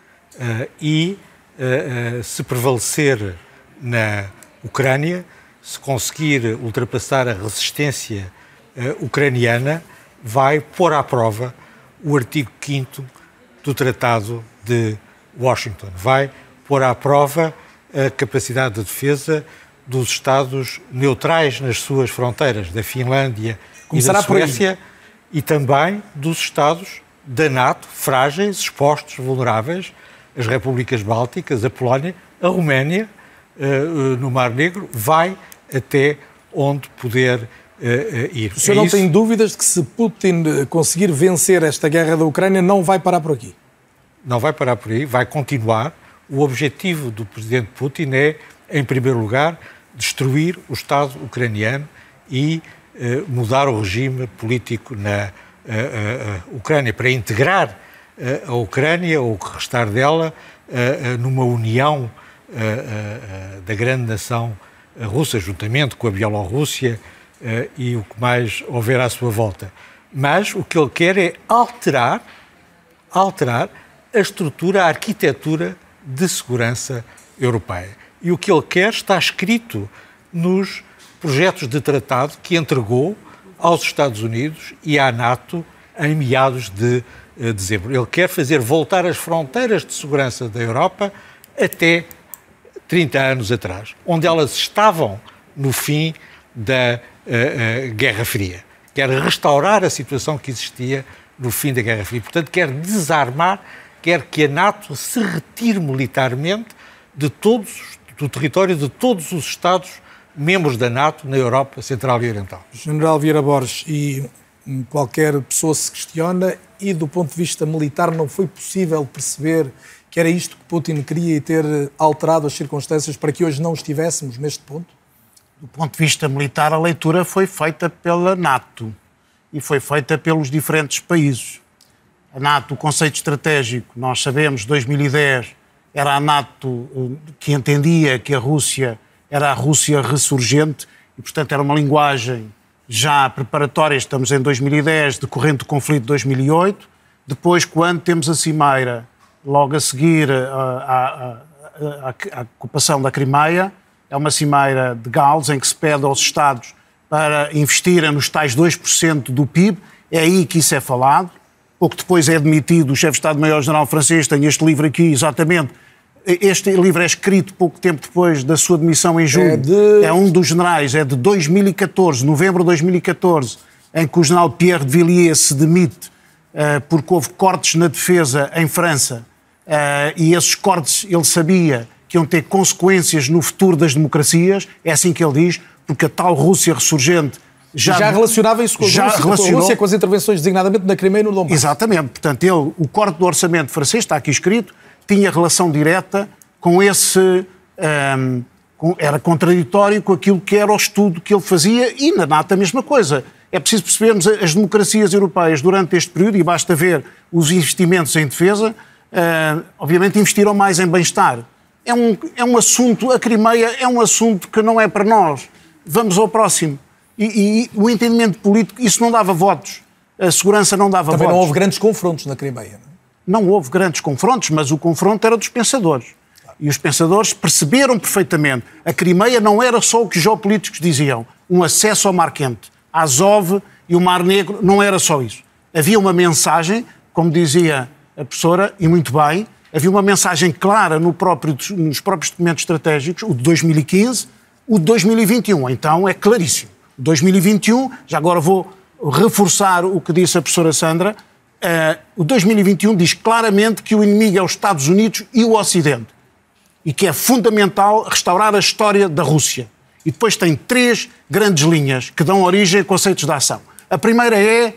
Speaker 7: Se prevalecer na Ucrânia, se conseguir ultrapassar a resistência ucraniana, vai pôr à prova o artigo 5º do Tratado de Washington. Vai pôr à prova a capacidade de defesa dos Estados neutrais nas suas fronteiras, da Finlândia e da Suécia, e também dos Estados da NATO, frágeis, expostos, vulneráveis, as repúblicas bálticas, a Polónia, a Roménia, no Mar Negro, vai até onde puder ir.
Speaker 2: O senhor não tem dúvidas de que se Putin conseguir vencer esta guerra da Ucrânia não vai parar por aqui?
Speaker 7: Não vai parar por aí, vai continuar. O objetivo do presidente Putin é, em primeiro lugar, destruir o Estado ucraniano e mudar o regime político na Ucrânia, para integrar a Ucrânia, ou o que restar dela, numa união da grande nação russa, juntamente com a Bielorrússia e o que mais houver à sua volta. Mas o que ele quer é alterar a estrutura, a arquitetura de segurança europeia. E o que ele quer está escrito nos projetos de tratado que entregou aos Estados Unidos e à NATO em meados de dezembro. Ele quer fazer voltar as fronteiras de segurança da Europa até 30 anos atrás, onde elas estavam no fim da Guerra Fria. Quer restaurar a situação que existia no fim da Guerra Fria. Portanto, quer desarmar, quer que a NATO se retire militarmente do território de todos os Estados membros da NATO na Europa Central e Oriental.
Speaker 2: General Vieira Borges, e qualquer pessoa se questiona, e do ponto de vista militar não foi possível perceber que era isto que Putin queria e ter alterado as circunstâncias para que hoje não estivéssemos neste ponto?
Speaker 6: Do ponto de vista militar, a leitura foi feita pela NATO e foi feita pelos diferentes países. A NATO, o conceito estratégico, nós sabemos, 2010, era a NATO que entendia que a Rússia era a Rússia ressurgente e, portanto, era uma linguagem já preparatória. Estamos em 2010, decorrente do conflito de 2008. Depois, quando temos a cimeira, logo a seguir à ocupação da Crimeia, é uma cimeira de Gales em que se pede aos Estados para investirem nos tais 2% do PIB. É aí que isso é falado. Pouco depois é demitido o chefe de Estado-Maior-General francês, tem este livro aqui, exatamente. Este livro é escrito pouco tempo depois da sua demissão em julho. É um dos generais, é de 2014, novembro de 2014, em que o general Pierre de Villiers se demite porque houve cortes na defesa em França e esses cortes ele sabia que iam ter consequências no futuro das democracias, é assim que ele diz, porque a tal Rússia ressurgente
Speaker 2: Já relacionava isso com a Rússia, com as intervenções designadamente na Crimeia e no Donbass.
Speaker 6: Exatamente. Portanto, o corte do orçamento francês, está aqui escrito, tinha relação direta com esse... era contraditório com aquilo que era o estudo que ele fazia e na NATO a mesma coisa. É preciso percebermos as democracias europeias durante este período, e basta ver os investimentos em defesa, obviamente investiram mais em bem-estar. É um assunto, a Crimeia é um assunto que não é para nós. Vamos ao próximo. E o entendimento político, isso não dava votos. A segurança não dava votos.
Speaker 2: Também não houve grandes confrontos na Crimeia.
Speaker 6: Não houve grandes confrontos, mas o confronto era dos pensadores. E os pensadores perceberam perfeitamente. A Crimeia não era só o que os geopolíticos diziam. Um acesso ao Mar Quente. Azov e o Mar Negro não era só isso. Havia uma mensagem, como dizia a professora, e muito bem, havia uma mensagem clara nos próprios documentos estratégicos, o de 2015, o de 2021. Então é claríssimo. O 2021, já agora vou reforçar o que disse a professora Sandra, o 2021 diz claramente que o inimigo é os Estados Unidos e o Ocidente. E que é fundamental restaurar a história da Rússia. E depois tem 3 grandes linhas que dão origem a conceitos de ação. A primeira é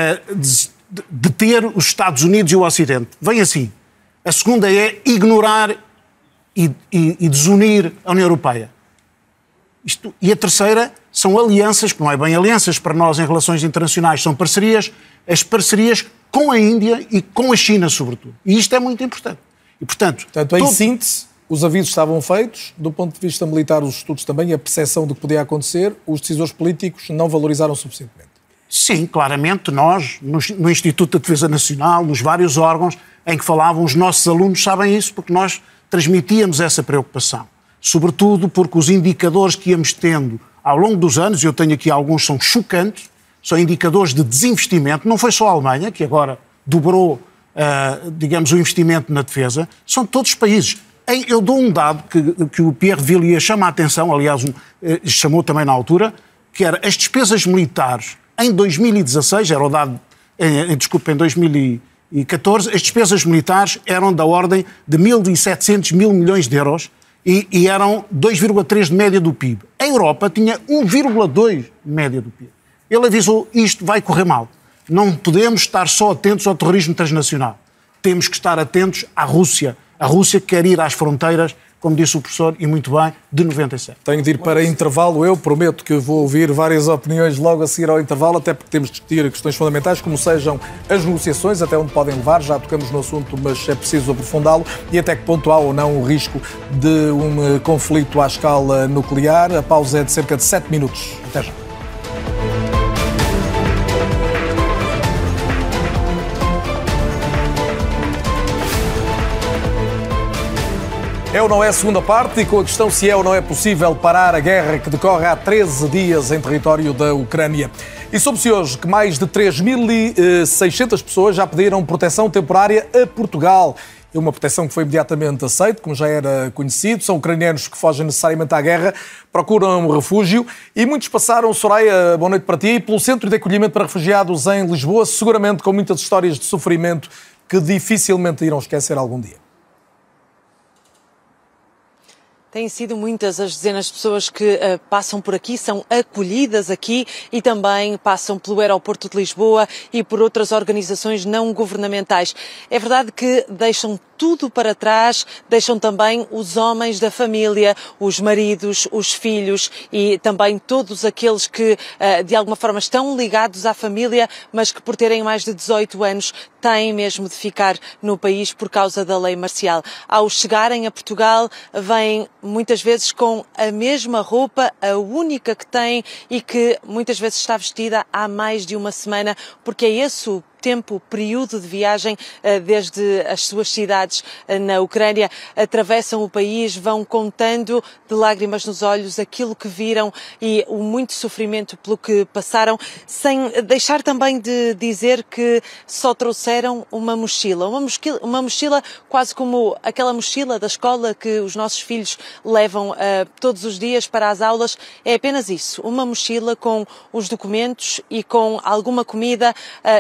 Speaker 6: deter os Estados Unidos e o Ocidente. Vem assim. A segunda é ignorar e desunir a União Europeia. E a terceira são alianças, que não é bem alianças para nós em relações internacionais, são parcerias, as parcerias com a Índia e com a China, sobretudo. E isto é muito importante. E, portanto,
Speaker 2: em síntese, os avisos estavam feitos, do ponto de vista militar, os estudos também, a percepção do que podia acontecer, os decisores políticos não valorizaram suficientemente.
Speaker 6: Sim, claramente, nós, no Instituto da Defesa Nacional, nos vários órgãos em que falavam, os nossos alunos sabem isso, porque nós transmitíamos essa preocupação. Sobretudo porque os indicadores que íamos tendo ao longo dos anos, e eu tenho aqui alguns, são chocantes, são indicadores de desinvestimento, não foi só a Alemanha, que agora dobrou, digamos, o investimento na defesa, são todos os países. Eu dou um dado que o Pierre de Villiers chama a atenção, aliás, chamou também na altura, que era as despesas militares em 2016, era o dado, em 2014, as despesas militares eram da ordem de 1.700 mil milhões de euros e eram 2,3% de média do PIB. A Europa tinha 1,2% de média do PIB. Ele avisou, isto vai correr mal. Não podemos estar só atentos ao terrorismo transnacional. Temos que estar atentos à Rússia. A Rússia quer ir às fronteiras, como disse o professor, e muito bem, de 97.
Speaker 2: Tenho de ir para intervalo. Eu prometo que vou ouvir várias opiniões logo a seguir ao intervalo, até porque temos de discutir questões fundamentais, como sejam as negociações, até onde podem levar. Já tocamos no assunto, mas é preciso aprofundá-lo. E até que ponto há ou não o risco de um conflito à escala nuclear. A pausa é de cerca de 7 minutos. Até já. É ou não é a segunda parte, e com a questão se é ou não é possível parar a guerra que decorre há 13 dias em território da Ucrânia. E soube-se hoje que mais de 3.600 pessoas já pediram proteção temporária a Portugal. É uma proteção que foi imediatamente aceita, como já era conhecido. São ucranianos que fogem necessariamente à guerra, procuram refúgio e muitos passaram, Soraya, boa noite para ti, pelo Centro de Acolhimento para Refugiados em Lisboa, seguramente com muitas histórias de sofrimento que dificilmente irão esquecer algum dia.
Speaker 9: Têm sido muitas as dezenas de pessoas que passam por aqui, são acolhidas aqui e também passam pelo aeroporto de Lisboa e por outras organizações não governamentais. É verdade que deixam tudo para trás, deixam também os homens da família, os maridos, os filhos e também todos aqueles que de alguma forma estão ligados à família, mas que por terem mais de 18 anos têm mesmo de ficar no país por causa da lei marcial. Ao chegarem a Portugal, vêm muitas vezes com a mesma roupa, a única que têm e que muitas vezes está vestida há mais de uma semana, porque é esse o tempo, período de viagem desde as suas cidades na Ucrânia, atravessam o país, vão contando de lágrimas nos olhos aquilo que viram e o muito sofrimento pelo que passaram, sem deixar também de dizer que só trouxeram uma mochila quase como aquela mochila da escola que os nossos filhos levam todos os dias para as aulas. É apenas isso, uma mochila com os documentos e com alguma comida, sem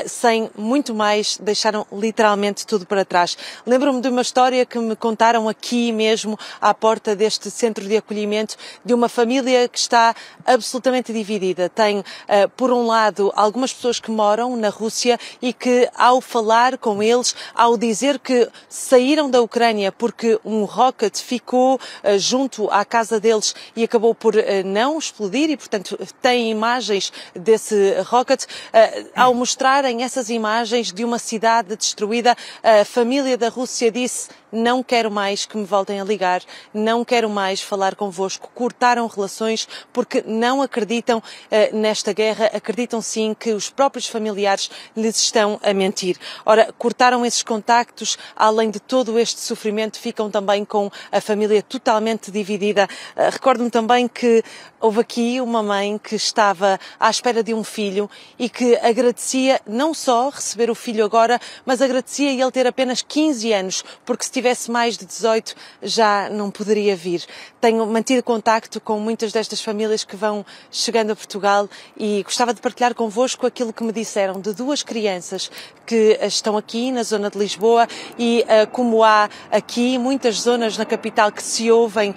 Speaker 9: querem muito mais, deixaram literalmente tudo para trás. Lembro-me de uma história que me contaram aqui mesmo, à porta deste centro de acolhimento, de uma família que está absolutamente dividida. Tem, por um lado, algumas pessoas que moram na Rússia e que, ao falar com eles, ao dizer que saíram da Ucrânia porque um rocket ficou junto à casa deles e acabou por não explodir e, portanto, têm imagens desse rocket. Ao mostrarem essas imagens de uma cidade destruída, a família da Rússia disse: não quero mais que me voltem a ligar, não quero mais falar convosco. Cortaram relações porque não acreditam nesta guerra, acreditam sim que os próprios familiares lhes estão a mentir. Ora, cortaram esses contactos, além de todo este sofrimento, ficam também com a família totalmente dividida. Recordo-me também que houve aqui uma mãe que estava à espera de um filho e que agradecia não só receber o filho agora, mas agradecia ele ter apenas 15 anos, porque se tivesse mais de 18 já não poderia vir. Tenho mantido contacto com muitas destas famílias que vão chegando a Portugal e gostava de partilhar convosco aquilo que me disseram de duas crianças que estão aqui na zona de Lisboa e como há aqui muitas zonas na capital que se ouvem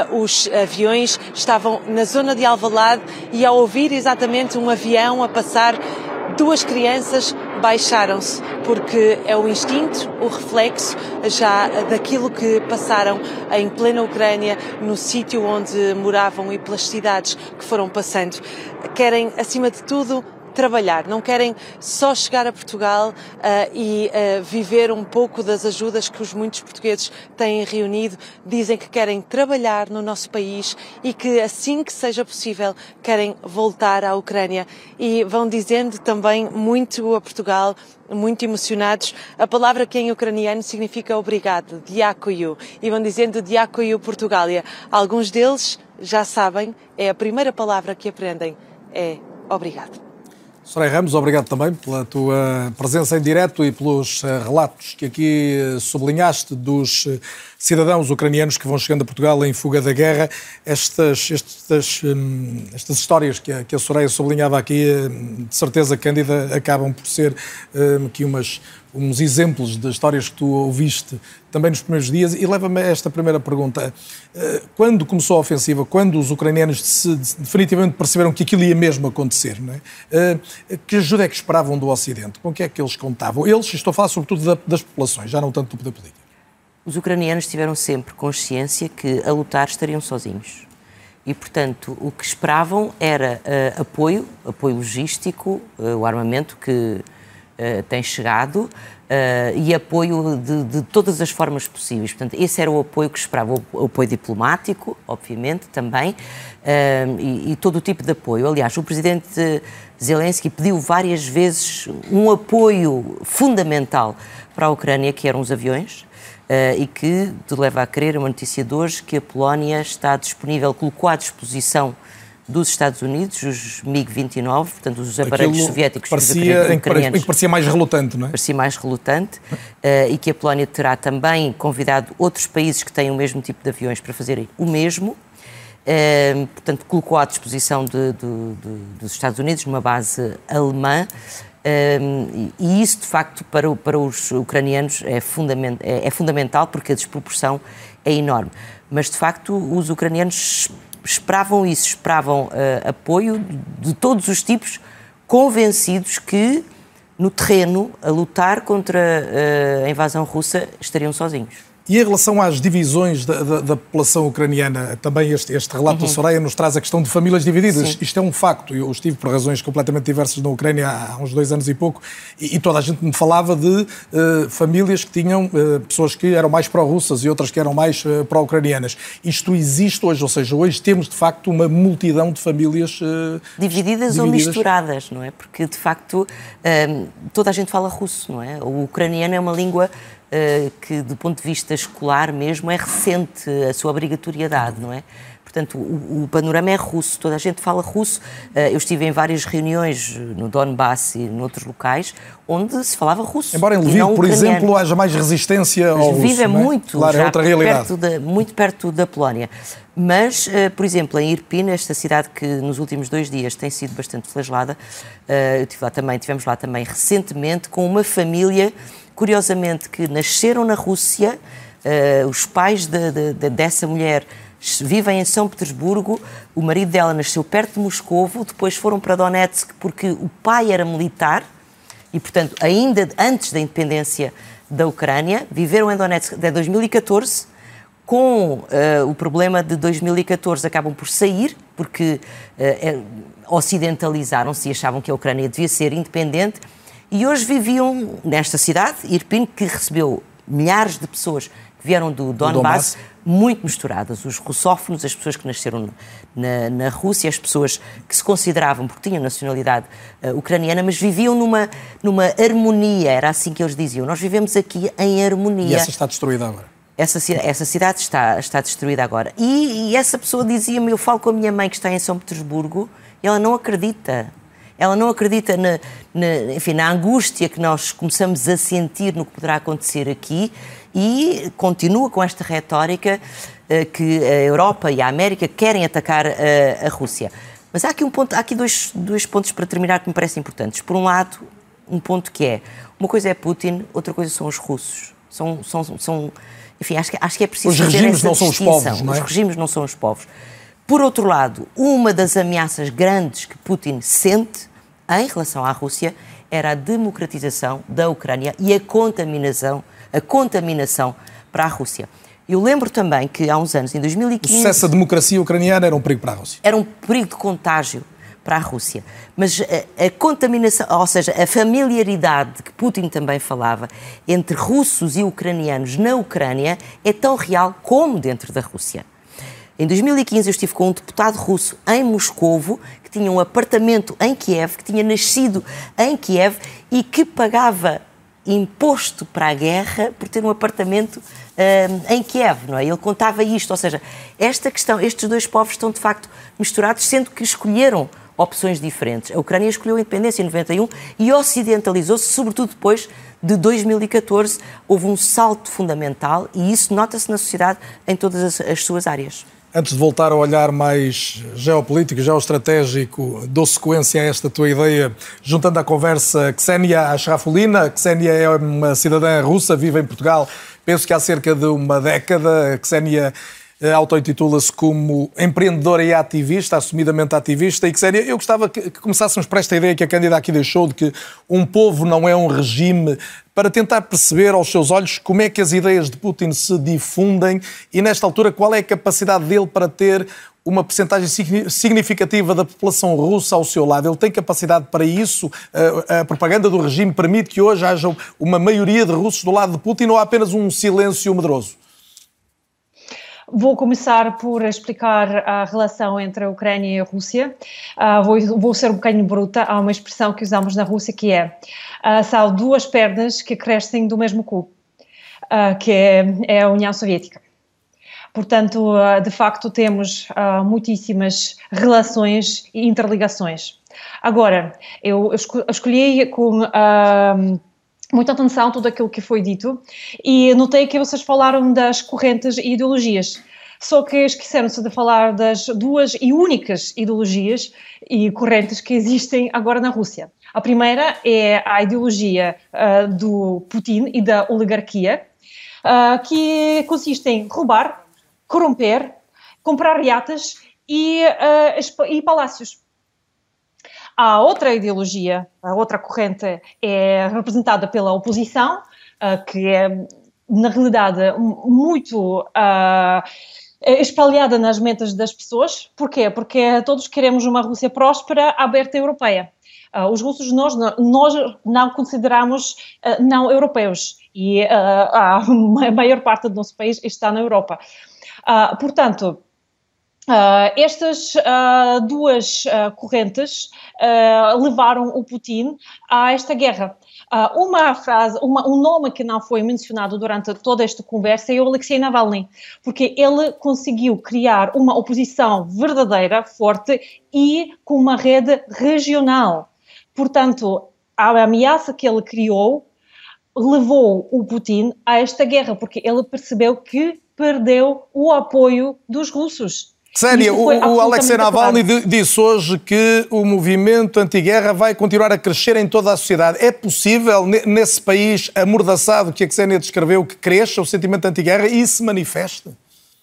Speaker 9: os aviões, estavam na zona de Alvalade e ao ouvir exatamente um avião a passar, duas crianças baixaram-se, porque é o instinto, o reflexo já daquilo que passaram em plena Ucrânia, no sítio onde moravam e pelas cidades que foram passando. Querem, acima de tudo, trabalhar, não querem só chegar a Portugal e viver um pouco das ajudas que os muitos portugueses têm reunido. Dizem que querem trabalhar no nosso país e que assim que seja possível querem voltar à Ucrânia e vão dizendo também muito a Portugal, muito emocionados. A palavra que em ucraniano significa obrigado, Dziękuję, e vão dizendo Dziękuję Portugália. Alguns deles já sabem, é a primeira palavra que aprendem, é obrigado.
Speaker 2: Soraya Ramos, obrigado também pela tua presença em direto e pelos relatos que aqui sublinhaste dos cidadãos ucranianos que vão chegando a Portugal em fuga da guerra. Estas histórias que a Soraya sublinhava aqui, de certeza, Cândida, acabam por ser aqui uns exemplos de histórias que tu ouviste também nos primeiros dias e leva-me a esta primeira pergunta. Quando começou a ofensiva, quando os ucranianos definitivamente perceberam que aquilo ia mesmo acontecer, não é? Que ajuda é que esperavam do Ocidente? Com o que é que eles contavam? Eles, estou a falar sobretudo das populações, já não tanto do poder político.
Speaker 5: Os ucranianos tiveram sempre consciência que a lutar estariam sozinhos. E, portanto, o que esperavam era apoio logístico, o armamento que tem chegado e apoio de todas as formas possíveis. Portanto, esse era o apoio que esperava, o apoio diplomático, obviamente, também, e todo o tipo de apoio. Aliás, o presidente Zelensky pediu várias vezes um apoio fundamental para a Ucrânia, que eram os aviões, e que te leva a crer, uma notícia de hoje, que a Polónia está disponível, colocou à disposição dos Estados Unidos, os MiG-29, portanto, os aparelhos soviéticos
Speaker 2: ucranianos. Em que parecia mais relutante, não é?
Speaker 5: Parecia mais relutante, e que a Polónia terá também convidado outros países que têm o mesmo tipo de aviões para fazerem o mesmo. Portanto, colocou à disposição dos Estados Unidos, numa base alemã, e isso, de facto, para os ucranianos é fundamental, porque a desproporção é enorme. Mas, de facto, os ucranianos esperavam isso, esperavam apoio de todos os tipos, convencidos que no terreno, a lutar contra a invasão russa, estariam sozinhos.
Speaker 2: E em relação às divisões da população ucraniana, também este relato da Soraya nos traz a questão de famílias divididas. Sim. Isto é um facto. Eu estive por razões completamente diversas na Ucrânia há uns 2 anos e pouco e toda a gente me falava de famílias que tinham pessoas que eram mais pró-russas e outras que eram mais pró-ucranianas. Isto existe hoje, ou seja, hoje temos de facto uma multidão de famílias
Speaker 5: divididas ou misturadas, não é? Porque de facto toda a gente fala russo, não é? O ucraniano é uma língua que do ponto de vista escolar mesmo é recente a sua obrigatoriedade, não é? Portanto, o panorama é russo, toda a gente fala russo. Eu estive em várias reuniões no Donbass e noutros locais onde se falava russo.
Speaker 2: Embora em Lviv, por exemplo, haja mais resistência ao russo.
Speaker 5: Lviv é muito,
Speaker 2: claro, é outra realidade.
Speaker 5: Muito perto da Polónia. Mas, por exemplo, em Irpin, esta cidade que nos últimos 2 dias tem sido bastante flagelada, estivemos lá também recentemente com uma família, curiosamente, que nasceram na Rússia, os pais dessa mulher vivem em São Petersburgo, o marido dela nasceu perto de Moscovo, depois foram para Donetsk porque o pai era militar e, portanto, ainda antes da independência da Ucrânia, viveram em Donetsk até 2014, com o problema de 2014 acabam por sair, porque ocidentalizaram-se e achavam que a Ucrânia devia ser independente, e hoje viviam nesta cidade, Irpin, que recebeu milhares de pessoas que vieram do Donbass, muito misturadas, os russófonos, as pessoas que nasceram na Rússia, as pessoas que se consideravam, porque tinham nacionalidade ucraniana, mas viviam numa harmonia, era assim que eles diziam. Nós vivemos aqui em harmonia. E
Speaker 2: essa está destruída agora?
Speaker 5: Essa cidade está destruída agora. E essa pessoa dizia-me, eu falo com a minha mãe que está em São Petersburgo, e ela não acredita. Ela não acredita na angústia que nós começamos a sentir no que poderá acontecer aqui e continua com esta retórica que a Europa e a América querem atacar a Rússia. Mas há aqui dois pontos para terminar que me parecem importantes. Por um lado, um ponto que é, uma coisa é Putin, outra coisa são os russos. Enfim, acho que é preciso fazer essa distinção. Os regimes não são os povos, não é? Os regimes não são os povos. Por outro lado, uma das ameaças grandes que Putin sente em relação à Rússia era a democratização da Ucrânia e a contaminação para a Rússia. Eu lembro também que há uns anos, em 2015... O
Speaker 2: sucesso da democracia ucraniana era um perigo para a Rússia.
Speaker 5: Era um perigo de contágio para a Rússia. Mas a contaminação, ou seja, a familiaridade que Putin também falava entre russos e ucranianos na Ucrânia é tão real como dentro da Rússia. Em 2015 eu estive com um deputado russo em Moscovo que tinha um apartamento em Kiev, que tinha nascido em Kiev e que pagava imposto para a guerra por ter um apartamento em Kiev, não é? Ele contava isto, ou seja, esta questão, estes dois povos estão de facto misturados, sendo que escolheram opções diferentes. A Ucrânia escolheu a independência em 91 e ocidentalizou-se, sobretudo depois de 2014. Houve um salto fundamental e isso nota-se na sociedade em todas as suas áreas.
Speaker 2: Antes de voltar a olhar mais geopolítico, geoestratégico, dou sequência a esta tua ideia, juntando à conversa Ksenia Ashrafulina. Ksenia é uma cidadã russa, vive em Portugal, penso que há cerca de uma década. Ksenia auto-intitula-se como empreendedora e ativista, assumidamente ativista. E Ksenia, eu gostava que começássemos por esta ideia que a Cândida aqui deixou, de que um povo não é um regime, para tentar perceber aos seus olhos como é que as ideias de Putin se difundem e, nesta altura, qual é a capacidade dele para ter uma percentagem significativa da população russa ao seu lado. Ele tem capacidade para isso? A propaganda do regime permite que hoje haja uma maioria de russos do lado de Putin ou há apenas um silêncio medroso?
Speaker 10: Vou começar por explicar a relação entre a Ucrânia e a Rússia. Vou ser um bocadinho bruta. Há uma expressão que usamos na Rússia que são duas pernas que crescem do mesmo cu, que é a União Soviética. Portanto, de facto, temos muitíssimas relações e interligações. Agora, eu escolhi com muita atenção tudo aquilo que foi dito e notei que vocês falaram das correntes e ideologias, só que esqueceram-se de falar das duas e únicas ideologias e correntes que existem agora na Rússia. A primeira é a ideologia do Putin e da oligarquia, que consiste em roubar, corromper, comprar iates e palácios. A outra ideologia, a outra corrente é representada pela oposição, que é, na realidade, muito espalhada nas mentes das pessoas. Porquê? Porque todos queremos uma Rússia próspera, aberta e europeia. Os russos nós não consideramos não europeus e a maior parte do nosso país está na Europa. Portanto, Estas duas correntes levaram o Putin a esta guerra. Uma frase, um nome que não foi mencionado durante toda esta conversa é o Alexei Navalny, porque ele conseguiu criar uma oposição verdadeira, forte e com uma rede regional. Portanto, a ameaça que ele criou levou o Putin a esta guerra, porque ele percebeu que perdeu o apoio dos russos.
Speaker 2: Sério, o Alexei Navalny disse hoje que o movimento anti-guerra vai continuar a crescer em toda a sociedade. É possível, nesse país amordaçado que a Ksenia descreveu, que cresça o sentimento anti-guerra e se manifeste?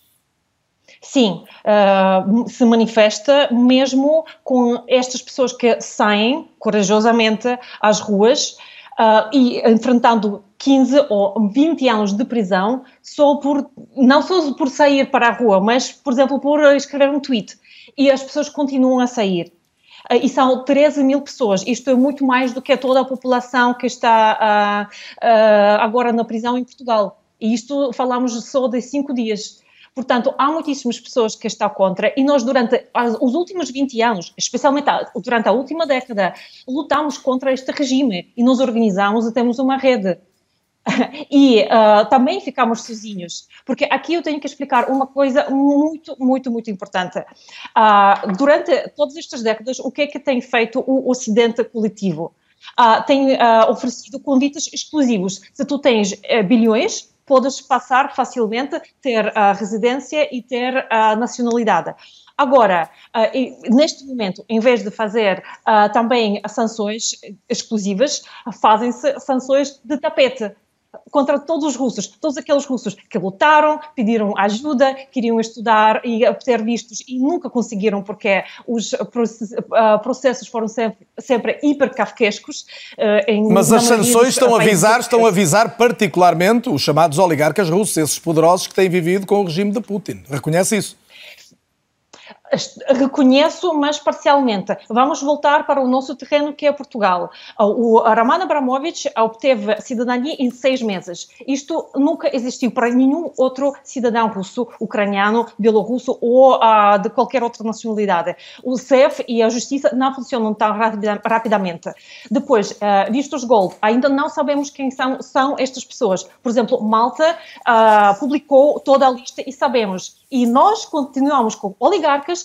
Speaker 10: Sim, se manifesta mesmo com estas pessoas que saem corajosamente às ruas e enfrentando 15 ou 20 anos de prisão não só por sair para a rua, mas, por exemplo, por escrever um tweet. E as pessoas continuam a sair. E são 13 mil pessoas. Isto é muito mais do que toda a população que está agora na prisão em Portugal. E isto falamos só de 5 dias. Portanto, há muitíssimas pessoas que estão contra e nós durante os últimos 20 anos, especialmente durante a última década, lutamos contra este regime e nos organizamos e temos uma rede. E também ficamos sozinhos, porque aqui eu tenho que explicar uma coisa muito, muito, muito importante. Durante todas estas décadas, o que é que tem feito o Ocidente coletivo? Tem oferecido convites exclusivos. Se tu tens bilhões, podes passar facilmente, ter residência e ter nacionalidade. Agora, neste momento, em vez de fazer também sanções exclusivas, fazem-se sanções de tapete contra todos os russos, todos aqueles russos que lutaram, pediram ajuda, queriam estudar e obter vistos e nunca conseguiram porque os processos foram sempre hiper-kafkiescos.
Speaker 2: Mas as sanções estão a avisar particularmente os chamados oligarcas russos, esses poderosos que têm vivido com o regime de Putin. Reconhece isso?
Speaker 10: Reconheço, mas parcialmente. Vamos voltar para o nosso terreno, que é Portugal. O Roman Abramovich obteve cidadania em 6 meses. Isto nunca existiu para nenhum outro cidadão russo, ucraniano, bielorrusso ou de qualquer outra nacionalidade. O CEF e a justiça não funcionam tão rapidamente. Depois, vistos gold, ainda não sabemos quem são estas pessoas. Por exemplo, Malta publicou toda a lista e sabemos. E nós continuamos com oligarcas,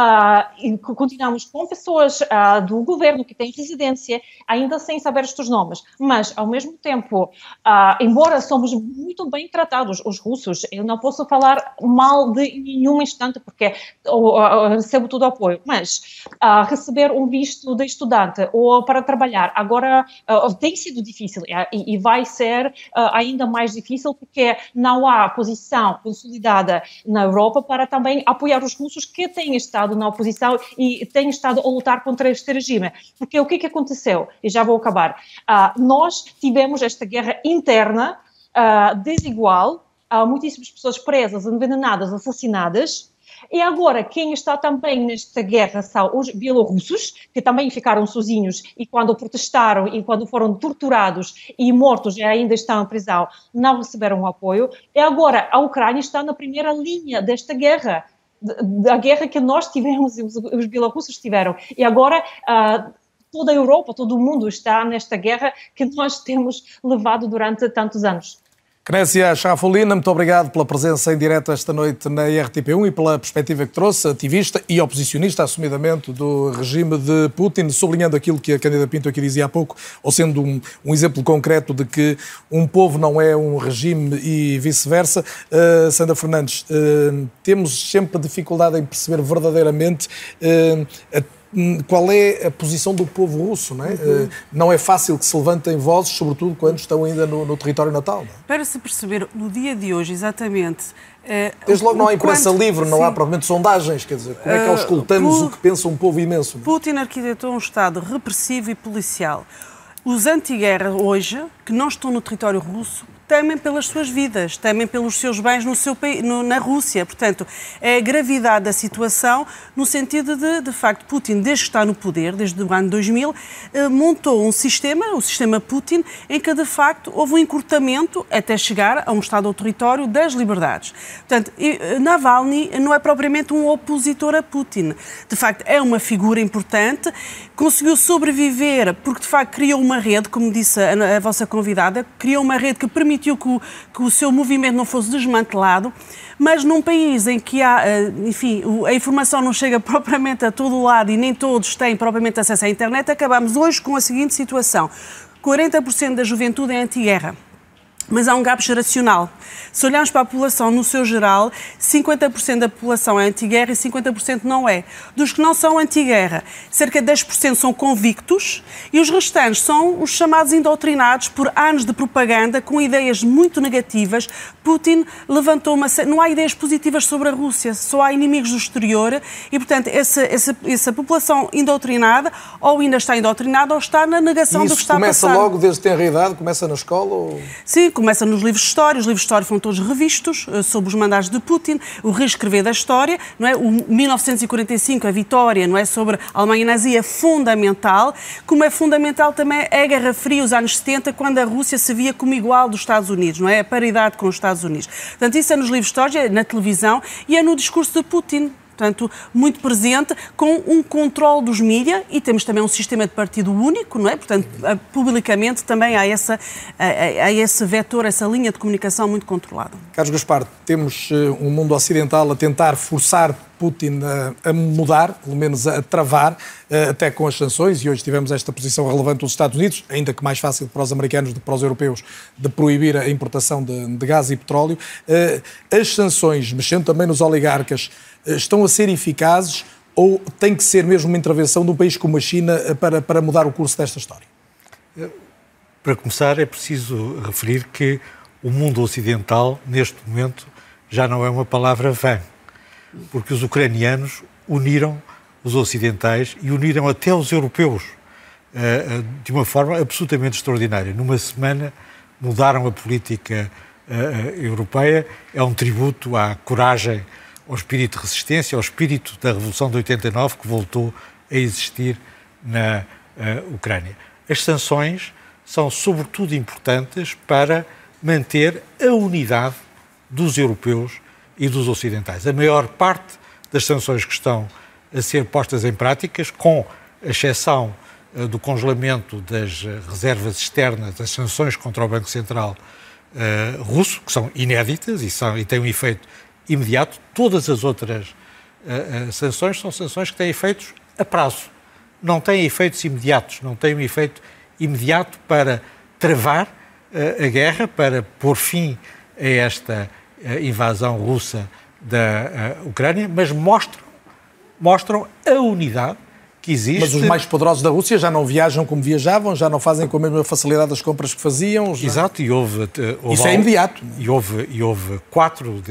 Speaker 10: e continuamos com pessoas do governo que têm residência, ainda sem saber estes nomes. Mas, ao mesmo tempo, embora somos muito bem tratados, os russos, eu não posso falar mal de nenhum instante, porque recebo todo o apoio, mas receber um visto de estudante ou para trabalhar, agora tem sido difícil e vai ser ainda mais difícil, porque não há posição consolidada na Europa para também apoiar os russos que têm estado na oposição e têm estado a lutar contra este regime. Porque o que aconteceu? E já vou acabar. Nós tivemos esta guerra interna desigual, muitíssimas pessoas presas, envenenadas, assassinadas. E agora, quem está também nesta guerra são os bielorrussos, que também ficaram sozinhos e quando protestaram e quando foram torturados e mortos e ainda estão em prisão, não receberam apoio. E agora, a Ucrânia está na primeira linha desta guerra, da guerra que nós tivemos e os bielorrussos tiveram. E agora toda a Europa, todo o mundo está nesta guerra que nós temos levado durante tantos anos.
Speaker 2: Knessia Sharafolina, muito obrigado pela presença em direto esta noite na RTP1 e pela perspectiva que trouxe, ativista e oposicionista assumidamente do regime de Putin, sublinhando aquilo que a Cândida Pinto aqui dizia há pouco, ou sendo um exemplo concreto de que um povo não é um regime e vice-versa. Sandra Fernandes, temos sempre dificuldade em perceber verdadeiramente qual é a posição do povo russo, não é? Não é fácil que se levantem vozes, sobretudo quando estão ainda no território natal. Não é?
Speaker 8: Para se perceber, no dia de hoje, exatamente...
Speaker 2: Desde logo não há imprensa livre, não há provavelmente sondagens, quer dizer, como é que auscultamos o que pensa um povo imenso? Não?
Speaker 8: Putin arquitetou um Estado repressivo e policial. Os anti-guerra hoje, que não estão no território russo, temem pelas suas vidas, temem pelos seus bens na Rússia. Portanto, é a gravidade da situação no sentido de facto, Putin, desde que está no poder, desde o ano 2000, montou um sistema, o sistema Putin, em que, de facto, houve um encurtamento até chegar a um Estado autoritário das liberdades. Portanto, Navalny não é propriamente um opositor a Putin. De facto, é uma figura importante, conseguiu sobreviver porque, de facto, criou uma rede, como disse a vossa convidada, criou uma rede que permitiu que o seu movimento não fosse desmantelado, mas num país em que há, enfim, a informação não chega propriamente a todo lado e nem todos têm propriamente acesso à internet, acabamos hoje com a seguinte situação: 40% da juventude é anti-guerra. Mas há um gap geracional. Se olharmos para a população no seu geral, 50% da população é anti-guerra e 50% não é. Dos que não são anti-guerra, cerca de 10% são convictos e os restantes são os chamados indoutrinados por anos de propaganda com ideias muito negativas. Putin levantou não há ideias positivas sobre a Rússia, só há inimigos do exterior e, portanto, essa população indoutrinada ou ainda está indoutrinada ou está na negação do que está a passar.
Speaker 2: Isso começa logo desde tenra idade? Começa na escola? Ou...
Speaker 8: Sim, começa nos livros de história. Os livros de história foram todos revistos sob os mandados de Putin, o reescrever da história, não é? O 1945, a vitória, não é, sobre a Alemanha nazi é fundamental, como é fundamental também a Guerra Fria, os anos 70, quando a Rússia se via como igual dos Estados Unidos, não é? A paridade com os Estados Unidos. Portanto, isso é nos livros de história, na televisão e é no discurso de Putin. Portanto, muito presente, com um controle dos mídias e temos também um sistema de partido único, não é? Portanto, publicamente também há esse vetor, essa linha de comunicação muito controlada.
Speaker 2: Carlos Gaspar, temos um mundo ocidental a tentar forçar Putin a mudar, pelo menos a travar, até com as sanções, e hoje tivemos esta posição relevante dos Estados Unidos, ainda que mais fácil para os americanos do que para os europeus, de proibir a importação de gás e petróleo. As sanções, mexendo também nos oligarcas, estão a ser eficazes ou tem que ser mesmo uma intervenção de um país como a China para mudar o curso desta história?
Speaker 7: Para começar, é preciso referir que o mundo ocidental, neste momento, já não é uma palavra vã, porque os ucranianos uniram os ocidentais e uniram até os europeus de uma forma absolutamente extraordinária. Numa semana mudaram a política europeia, é um tributo à coragem, ao espírito de resistência, ao espírito da Revolução de 89 que voltou a existir na Ucrânia. As sanções são sobretudo importantes para manter a unidade dos europeus e dos ocidentais. A maior parte das sanções que estão a ser postas em práticas, com a exceção do congelamento das reservas externas, das sanções contra o Banco Central russo, que são inéditas e têm um efeito imediato, todas as outras sanções são sanções que têm efeitos a prazo. Não têm efeitos imediatos, não têm um efeito imediato para travar a guerra, para pôr fim a esta invasão russa da Ucrânia, mas mostram a unidade que existe.
Speaker 2: Mas os mais poderosos da Rússia já não viajam como viajavam, já não fazem com a mesma facilidade as compras que faziam. Já...
Speaker 7: Exato, e houve
Speaker 2: isso é imediato.
Speaker 7: E houve 4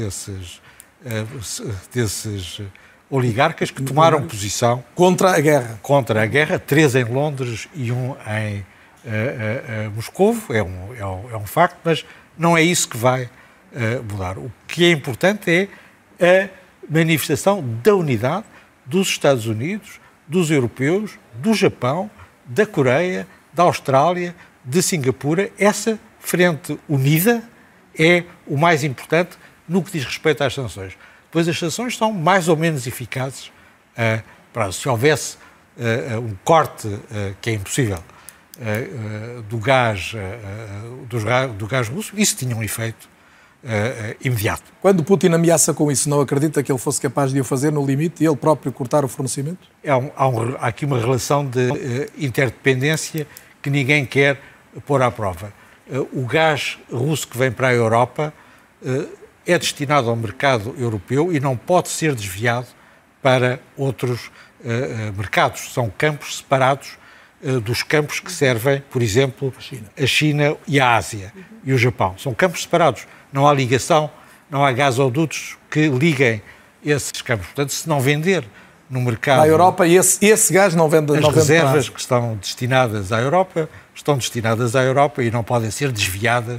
Speaker 7: desses oligarcas que tomaram posição
Speaker 2: contra a guerra.
Speaker 7: Contra a guerra, 3 em Londres e 1 em Moscovo, é um facto, mas não é isso que vai mudar. O que é importante é a manifestação da unidade dos Estados Unidos, dos europeus, do Japão, da Coreia, da Austrália, de Singapura. Essa frente unida é o mais importante no que diz respeito às sanções. Pois as sanções são mais ou menos eficazes. Se houvesse um corte, que é impossível, do gás russo, isso tinha um efeito imediato.
Speaker 2: Quando Putin ameaça com isso, não acredita que ele fosse capaz de o fazer no limite e ele próprio cortar o fornecimento?
Speaker 7: Há aqui uma relação de interdependência que ninguém quer pôr à prova. O gás russo que vem para a Europa é destinado ao mercado europeu e não pode ser desviado para outros mercados. São campos separados dos campos que servem, por exemplo, a China e a Ásia e o Japão. São campos separados. Não há ligação, não há gasodutos que liguem esses campos. Portanto, se não vender no mercado...
Speaker 2: A Europa, e esse gás não vende...
Speaker 7: As reservas que estão destinadas à Europa estão destinadas à Europa e não podem ser desviadas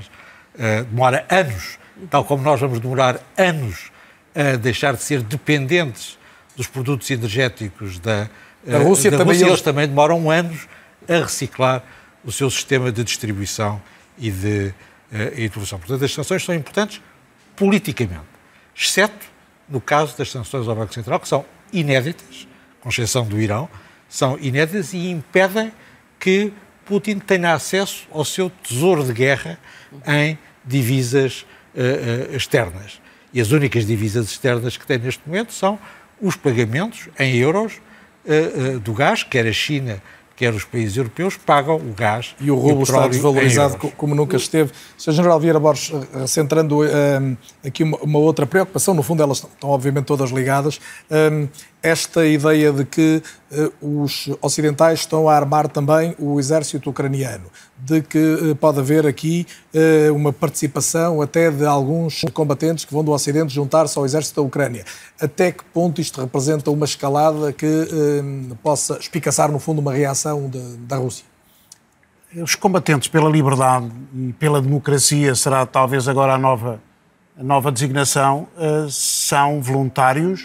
Speaker 7: demora anos, tal como nós vamos demorar anos a deixar de ser dependentes dos produtos energéticos da Rússia, eles também demoram anos a reciclar o seu sistema de distribuição e de produção. Portanto, as sanções são importantes politicamente, exceto no caso das sanções ao Banco Central, que são inéditas, com exceção do Irão, são inéditas e impedem que Putin tenha acesso ao seu tesouro de guerra em divisas externas. E as únicas divisas externas que tem neste momento são os pagamentos em euros do gás, quer a China, quer os países europeus, pagam o gás
Speaker 2: e o rublo está desvalorizado como nunca esteve. Sr. General Vieira Borges, centrando aqui uma outra preocupação, no fundo elas estão obviamente todas ligadas, esta ideia de que os ocidentais estão a armar também o exército ucraniano, de que pode haver aqui uma participação até de alguns combatentes que vão do Ocidente juntar-se ao exército da Ucrânia. Até que ponto isto representa uma escalada que possa espicaçar, no fundo, uma reação da Rússia?
Speaker 6: Os combatentes pela liberdade e pela democracia, será talvez agora a nova designação, são voluntários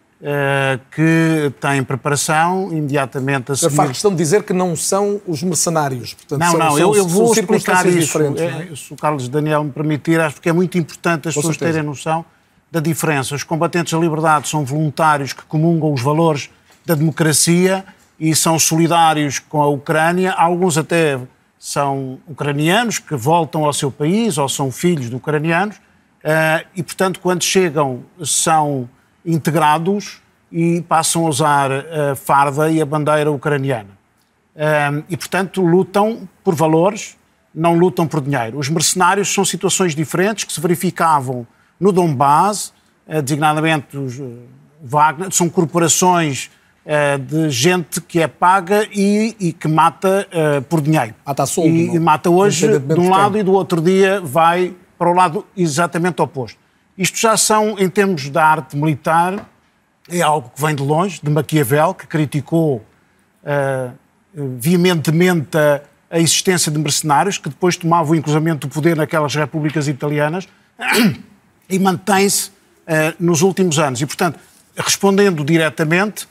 Speaker 6: que têm preparação imediatamente a seguir.
Speaker 2: Faz questão de dizer que não são os mercenários. Portanto,
Speaker 6: eu vou explicar isso. Se o Carlos Daniel me permitir, acho que é muito importante as pessoas terem noção da diferença. Os combatentes da liberdade são voluntários que comungam os valores da democracia e são solidários com a Ucrânia. Alguns até são ucranianos que voltam ao seu país ou são filhos de ucranianos e, portanto, quando chegam são integrados e passam a usar a farda e a bandeira ucraniana. E, portanto, lutam por valores, não lutam por dinheiro. Os mercenários são situações diferentes que se verificavam no Donbass, designadamente os Wagner, são corporações de gente que é paga e que mata por dinheiro.
Speaker 2: Mata a soldo.
Speaker 6: E mata hoje de um lado e do outro dia vai para o lado exatamente oposto. Isto já são, em termos da arte militar, é algo que vem de longe, de Maquiavel, que criticou veementemente a existência de mercenários, que depois tomavam o encruzamento do poder naquelas repúblicas italianas e mantém-se nos últimos anos. E, portanto, respondendo diretamente,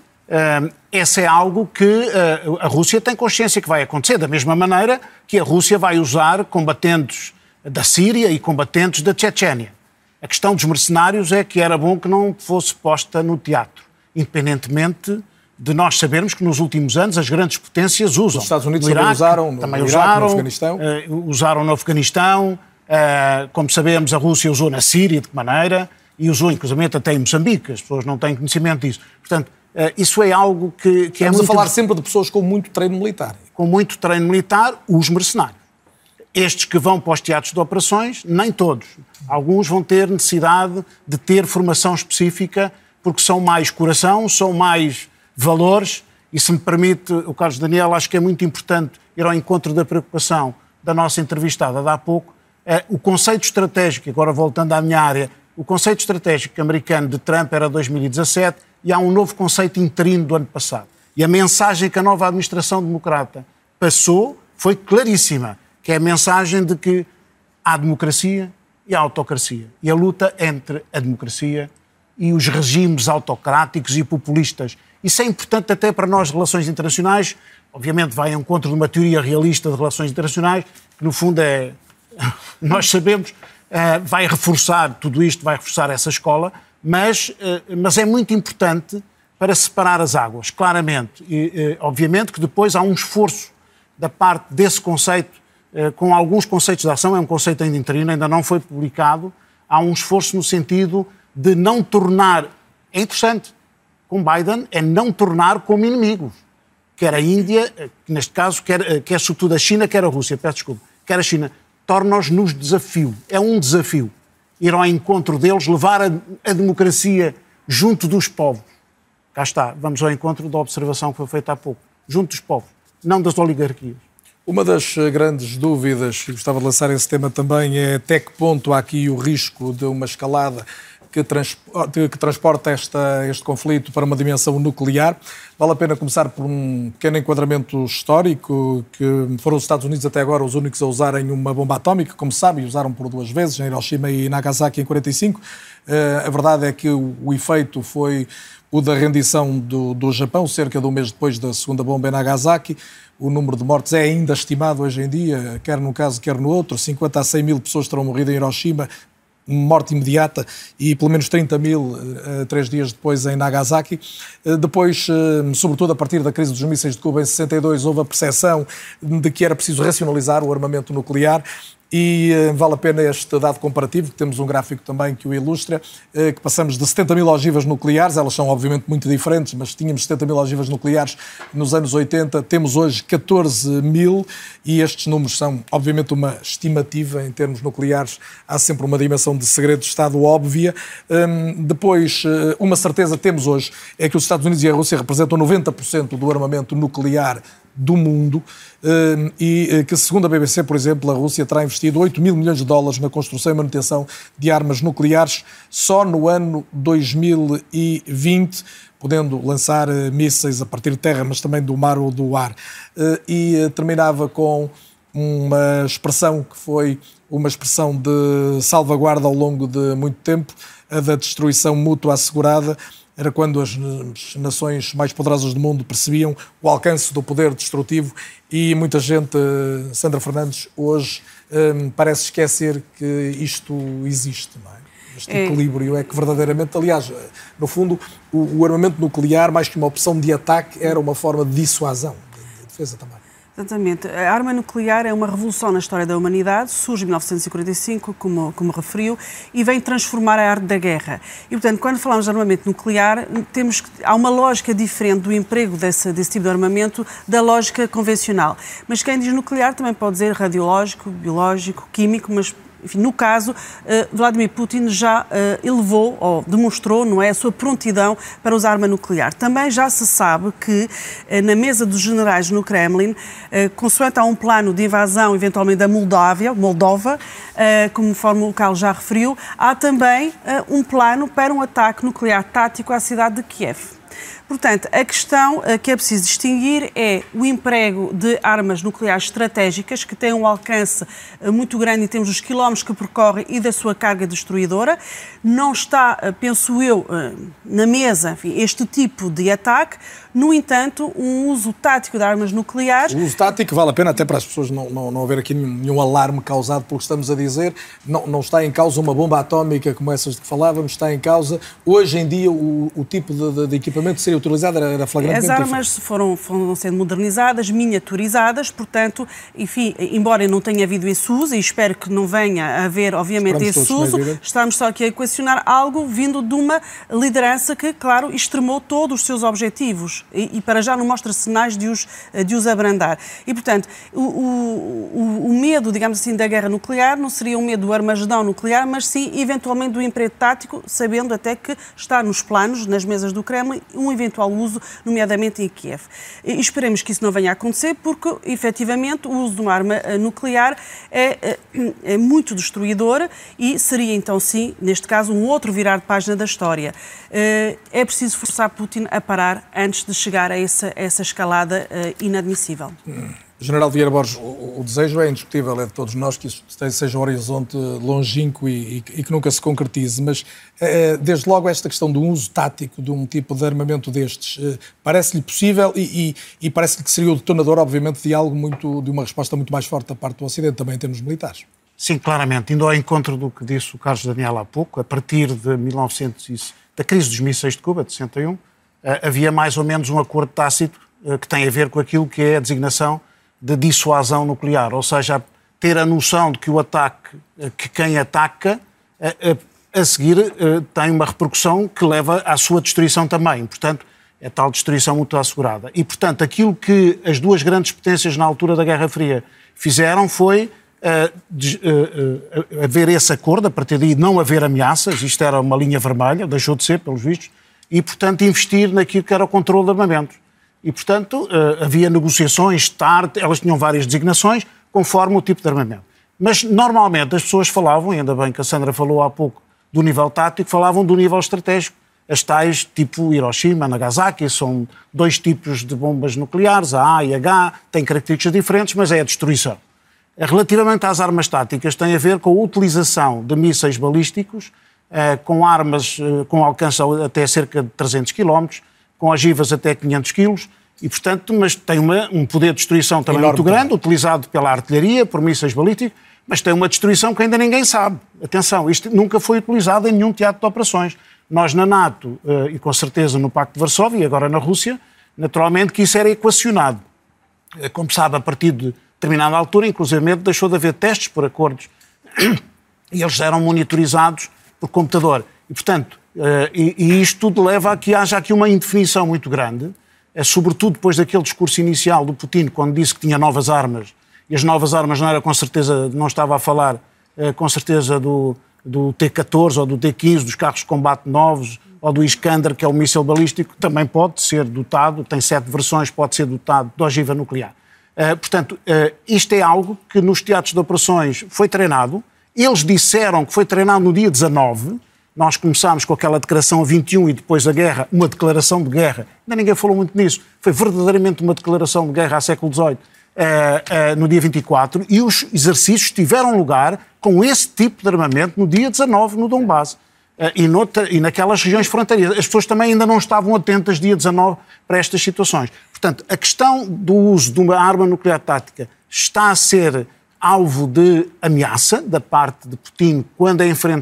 Speaker 6: esse é algo que a Rússia tem consciência que vai acontecer, da mesma maneira que a Rússia vai usar combatentes da Síria e combatentes da Chechênia. A questão dos mercenários é que era bom que não fosse posta no teatro, independentemente de nós sabermos que nos últimos anos as grandes potências usam.
Speaker 2: Os Estados Unidos
Speaker 6: no Iraque,
Speaker 2: também usaram no Afeganistão.
Speaker 6: Usaram no Afeganistão, como sabemos a Rússia usou na Síria, de que maneira, e usou inclusivamente até em Moçambique, as pessoas não têm conhecimento disso. Portanto, isso é algo que é muito...
Speaker 2: Estamos a falar sempre de pessoas com muito treino militar.
Speaker 6: Com muito treino militar, os mercenários. Estes que vão para os teatros de operações, nem todos. Alguns vão ter necessidade de ter formação específica porque são mais coração, são mais valores e, se me permite, o Carlos Daniel, acho que é muito importante ir ao encontro da preocupação da nossa entrevistada de há pouco. O conceito estratégico, agora voltando à minha área, o conceito estratégico americano de Trump era 2017 e há um novo conceito interino do ano passado. E a mensagem que a nova administração democrata passou foi claríssima, que é a mensagem de que há democracia e há autocracia. E a luta entre a democracia e os regimes autocráticos e populistas. Isso é importante até para nós, relações internacionais. Obviamente vai ao encontro de uma teoria realista de relações internacionais, que no fundo é, nós sabemos, vai reforçar tudo isto, vai reforçar essa escola, mas é muito importante para separar as águas, claramente. E, obviamente que depois há um esforço da parte desse conceito, com alguns conceitos de ação, é um conceito ainda interino, ainda não foi publicado, há um esforço no sentido de não tornar, é interessante, com Biden, é não tornar como inimigos, quer a Índia, neste caso, quer sobretudo a China, quer a Rússia, peço desculpa, quer a China, torna-os nos desafio, é um desafio, ir ao encontro deles, levar a democracia junto dos povos. Cá está, vamos ao encontro da observação que foi feita há pouco, junto dos povos, não das oligarquias.
Speaker 2: Uma das grandes dúvidas, e gostava de lançar esse tema também, é até que ponto há aqui o risco de uma escalada que transporta este conflito para uma dimensão nuclear. Vale a pena começar por um pequeno enquadramento histórico, que foram os Estados Unidos até agora os únicos a usarem uma bomba atómica, como sabe, usaram por 2 vezes, em Hiroshima e Nagasaki em 1945. A verdade é que o efeito foi o da rendição do Japão, cerca de um mês depois da segunda bomba em Nagasaki. O número de mortes é ainda estimado hoje em dia, quer num caso, quer no outro. 50 a 100 mil pessoas terão morrido em Hiroshima, morte imediata, e pelo menos 30 mil 3 dias depois em Nagasaki. Depois, sobretudo a partir da crise dos mísseis de Cuba em 62, houve a percepção de que era preciso racionalizar o armamento nuclear. E vale a pena este dado comparativo, que temos um gráfico também que o ilustra, que passamos de 70 mil ogivas nucleares, elas são obviamente muito diferentes, mas tínhamos 70 mil ogivas nucleares nos anos 80, temos hoje 14 mil, e estes números são obviamente uma estimativa. Em termos nucleares há sempre uma dimensão de segredo de Estado óbvia. Depois, uma certeza temos hoje é que os Estados Unidos e a Rússia representam 90% do armamento nuclear do mundo, e que, segundo a BBC, por exemplo, a Rússia terá investido 8 mil milhões de dólares na construção e manutenção de armas nucleares só no ano 2020, podendo lançar mísseis a partir de terra, mas também do mar ou do ar. E terminava com uma expressão que foi uma expressão de salvaguarda ao longo de muito tempo, a da destruição mútua assegurada. Era quando as nações mais poderosas do mundo percebiam o alcance do poder destrutivo, e muita gente, Sandra Fernandes, hoje parece esquecer que isto existe, não é? Este equilíbrio é que verdadeiramente, aliás, no fundo, o armamento nuclear, mais que uma opção de ataque, era uma forma de dissuasão, de defesa também.
Speaker 8: Exatamente. A arma nuclear é uma revolução na história da humanidade, surge em 1945, como referiu, e vem transformar a arte da guerra. E, portanto, quando falamos de armamento nuclear, há uma lógica diferente do emprego desse tipo de armamento da lógica convencional. Mas quem diz nuclear também pode dizer radiológico, biológico, químico, mas... Enfim, no caso, Vladimir Putin já elevou ou demonstrou, não é, a sua prontidão para usar arma nuclear. Também já se sabe que na mesa dos generais no Kremlin, consoante há um plano de invasão eventualmente da Moldova, conforme o Carlos já referiu, há também um plano para um ataque nuclear tático à cidade de Kiev. Portanto, a questão que é preciso distinguir é o emprego de armas nucleares estratégicas, que têm um alcance muito grande em termos dos quilómetros que percorrem e da sua carga destruidora. Não está, penso eu, na mesa, enfim, este tipo de ataque. No entanto, um uso tático de armas nucleares...
Speaker 2: O uso tático vale a pena, até para as pessoas não haver aqui nenhum alarme causado pelo que estamos a dizer. Não está em causa uma bomba atómica como essas de que falávamos, está em causa, hoje em dia, o tipo de equipamento que seria utilizado era flagrantemente
Speaker 8: diferente. As armas foram sendo modernizadas, miniaturizadas, portanto, enfim, embora não tenha havido esse uso, e espero que não venha a haver, obviamente, esse uso, estamos só aqui a equacionar algo vindo de uma liderança que, claro, extremou todos os seus objetivos. E para já não mostra sinais de os abrandar. E, portanto, o medo, digamos assim, da guerra nuclear não seria um medo do armagedão nuclear, mas sim, eventualmente, do emprego tático, sabendo até que está nos planos, nas mesas do Kremlin, um eventual uso, nomeadamente em Kiev. E esperemos que isso não venha a acontecer, porque, efetivamente, o uso de uma arma nuclear é muito destruidor e seria, então, sim, neste caso, um outro virar de página da história. É preciso forçar Putin a parar antes de chegar a essa escalada inadmissível.
Speaker 2: General Vieira Borges, o desejo é indiscutível, é de todos nós que isso seja um horizonte longínquo e que nunca se concretize, mas desde logo esta questão do uso tático de um tipo de armamento destes parece-lhe possível e parece-lhe que seria o detonador, obviamente, de uma resposta muito mais forte da parte do Ocidente, também em termos militares.
Speaker 6: Sim, claramente. Indo ao encontro do que disse o Carlos Daniel há pouco, a partir de da crise dos mísseis de Cuba, de 61, havia mais ou menos um acordo tácito que tem a ver com aquilo que é a designação de dissuasão nuclear, ou seja, ter a noção de que o ataque, que quem ataca, a seguir tem uma repercussão que leva à sua destruição também. Portanto, é tal destruição muito assegurada. E, portanto, aquilo que as duas grandes potências na altura da Guerra Fria fizeram foi haver esse acordo, a partir daí não haver ameaças, isto era uma linha vermelha, deixou de ser, pelos vistos, e, portanto, investir naquilo que era o controle de armamentos. E, portanto, havia negociações, elas tinham várias designações, conforme o tipo de armamento. Mas, normalmente, as pessoas falavam, e ainda bem que a Sandra falou há pouco do nível tático, falavam do nível estratégico. As tais, tipo Hiroshima, Nagasaki, são 2 tipos de bombas nucleares, a A e a H, têm características diferentes, mas é a destruição. Relativamente às armas táticas, tem a ver com a utilização de mísseis balísticos, com armas com alcance até cerca de 300 km, com ogivas até 500 kg, e, portanto, mas tem um poder de destruição também enorme, muito grande, utilizado pela artilharia, por mísseis balísticos, mas tem uma destruição que ainda ninguém sabe. Atenção, isto nunca foi utilizado em nenhum teatro de operações. Nós na NATO, e com certeza no Pacto de Varsóvia, e agora na Rússia, naturalmente que isso era equacionado. Como sabe, a partir de determinada altura, inclusive deixou de haver testes por acordos, e eles eram monitorizados por computador. E, portanto, e isto tudo leva a que haja aqui uma indefinição muito grande, sobretudo depois daquele discurso inicial do Putin, quando disse que tinha novas armas, e as novas armas não era com certeza, não estava a falar com certeza do T-14 ou do T-15, dos carros de combate novos, ou do Iskander, que é o míssil balístico, também pode ser dotado, tem 7 versões, pode ser dotado de ogiva nuclear. Portanto, isto é algo que nos teatros de operações foi treinado. Eles disseram que foi treinado no dia 19, nós começámos com aquela declaração a 21 e depois a guerra, uma declaração de guerra. Ainda ninguém falou muito nisso. Foi verdadeiramente uma declaração de guerra ao século XVIII, no dia 24, e os exercícios tiveram lugar com esse tipo de armamento no dia 19, no Donbass. E naquelas regiões fronteiras. As pessoas também ainda não estavam atentas dia 19 para estas situações. Portanto, a questão do uso de uma arma nuclear tática está a ser alvo de ameaça da parte de Putin quando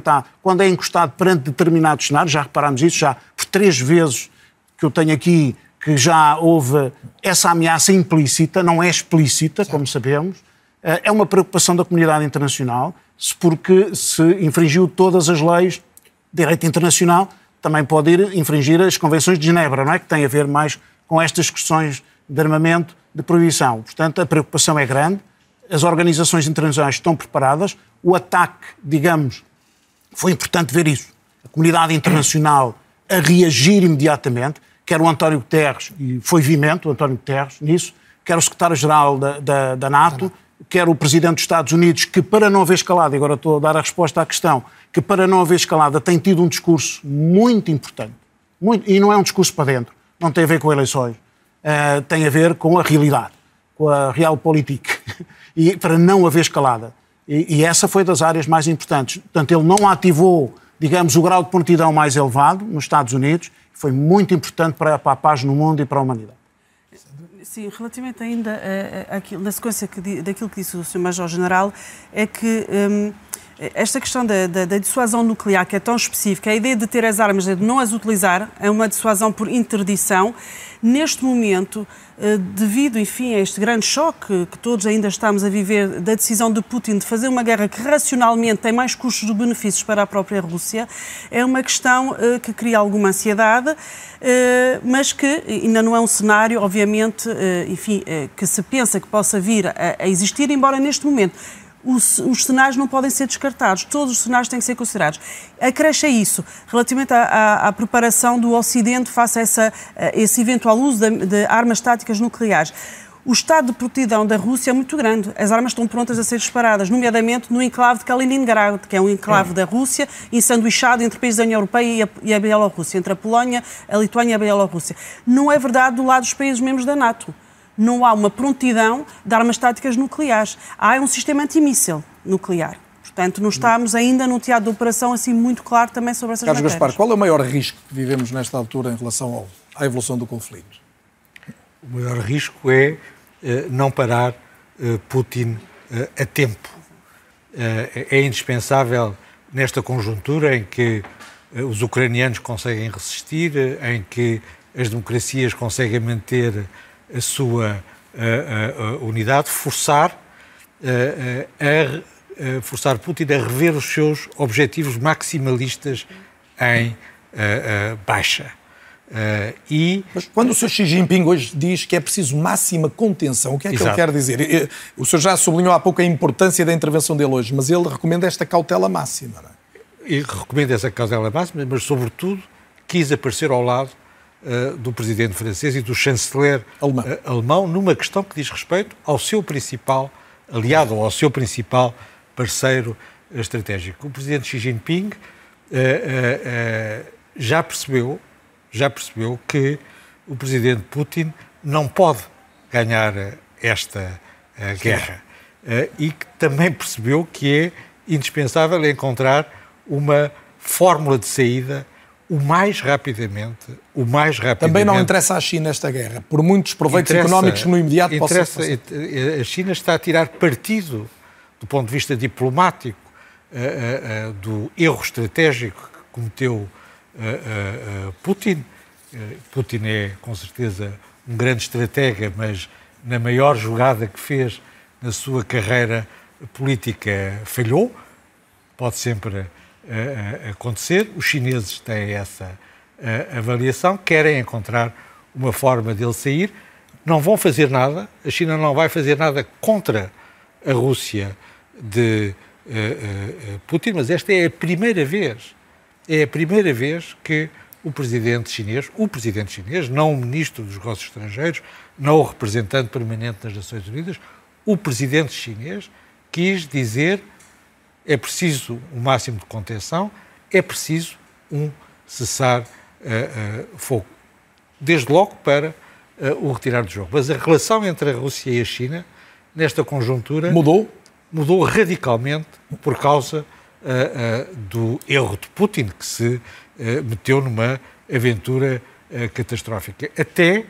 Speaker 6: é encostado perante determinados cenários. Já reparámos isso, já por 3 vezes que eu tenho aqui, que já houve essa ameaça implícita, não é explícita, como sabemos. É uma preocupação da comunidade internacional, porque se infringiu todas as leis de direito internacional, também pode ir infringir as convenções de Genebra, não é? Que tem a ver mais com estas questões de armamento, de proibição. Portanto, a preocupação é grande. As organizações internacionais estão preparadas. O ataque, digamos, foi importante ver isso. A comunidade internacional a reagir imediatamente, quer o António Guterres, e foi vimento o António Guterres nisso, quer o secretário-geral da NATO, quer o Presidente dos Estados Unidos, que para não haver escalada, e agora estou a dar a resposta à questão, que para não haver escalada tem tido um discurso muito importante, e não é um discurso para dentro, não tem a ver com eleições, tem a ver com a realidade, com a realpolitik, e para não haver escalada. E essa foi das áreas mais importantes. Portanto, ele não ativou, digamos, o grau de prontidão mais elevado nos Estados Unidos, foi muito importante para a paz no mundo e para a humanidade.
Speaker 8: Sim, relativamente ainda na sequência daquilo que disse o Sr. Major-General, é que esta questão da dissuasão nuclear, que é tão específica, a ideia de ter as armas, de não as utilizar, é uma dissuasão por interdição. Neste momento, devido, enfim, a este grande choque que todos ainda estamos a viver da decisão de Putin de fazer uma guerra que racionalmente tem mais custos do que benefícios para a própria Rússia, é uma questão que cria alguma ansiedade, mas que ainda não é um cenário, obviamente, enfim, que se pensa que possa vir a existir, embora neste momento os cenários não podem ser descartados, todos os cenários têm que ser considerados. Acresce a isso, relativamente à preparação do Ocidente face a esse eventual uso de armas táticas nucleares. O estado de prontidão da Rússia é muito grande. As armas estão prontas a ser disparadas, nomeadamente no enclave de Kaliningrado, que é um enclave da Rússia, ensanduichado entre países da União Europeia e a Bielorrússia, entre a Polónia, a Lituânia e a Bielorrússia. Não é verdade do lado dos países membros da NATO. Não há uma prontidão de armas táticas nucleares. Há um sistema antimíssil nuclear. Portanto, não estamos ainda num teatro de operação assim muito claro também sobre essas matérias.
Speaker 2: Carlos Gaspar, qual é o maior risco que vivemos nesta altura em relação à evolução do conflito?
Speaker 7: O maior risco é não parar Putin a tempo. É indispensável nesta conjuntura em que os ucranianos conseguem resistir, em que as democracias conseguem manter a sua unidade, forçar Putin a rever os seus objetivos maximalistas em baixa.
Speaker 2: Mas quando o Sr. Xi Jinping hoje diz que é preciso máxima contenção, o que é que ele quer dizer? O senhor já sublinhou há pouco a importância da intervenção dele hoje, mas ele recomenda esta cautela máxima, não é?
Speaker 7: E recomenda essa cautela máxima, mas sobretudo quis aparecer ao lado do presidente francês e do chanceler alemão numa questão que diz respeito ao seu principal aliado ou ao seu principal parceiro estratégico. O presidente Xi Jinping já percebeu que o presidente Putin não pode ganhar esta guerra. E que também percebeu que é indispensável encontrar uma fórmula de saída o mais rapidamente.
Speaker 2: Também não interessa à China esta guerra, por muitos proveitos económicos que no imediato possam fazer.
Speaker 7: A China está a tirar partido, do ponto de vista diplomático, do erro estratégico que cometeu Putin. Putin é, com certeza, um grande estratega, mas na maior jogada que fez na sua carreira política falhou. Pode sempre acontecer. Os chineses têm essa avaliação, querem encontrar uma forma dele sair. Não vão fazer nada, a China não vai fazer nada contra a Rússia de Putin, mas esta é a primeira vez que o presidente chinês, não o ministro dos negócios estrangeiros, não o representante permanente das Nações Unidas, o presidente chinês quis dizer: é preciso um máximo de contenção, é preciso um cessar-fogo. Desde logo para o retirar do jogo. Mas a relação entre a Rússia e a China, nesta conjuntura... Mudou radicalmente por causa do erro de Putin, que se meteu numa aventura catastrófica. Até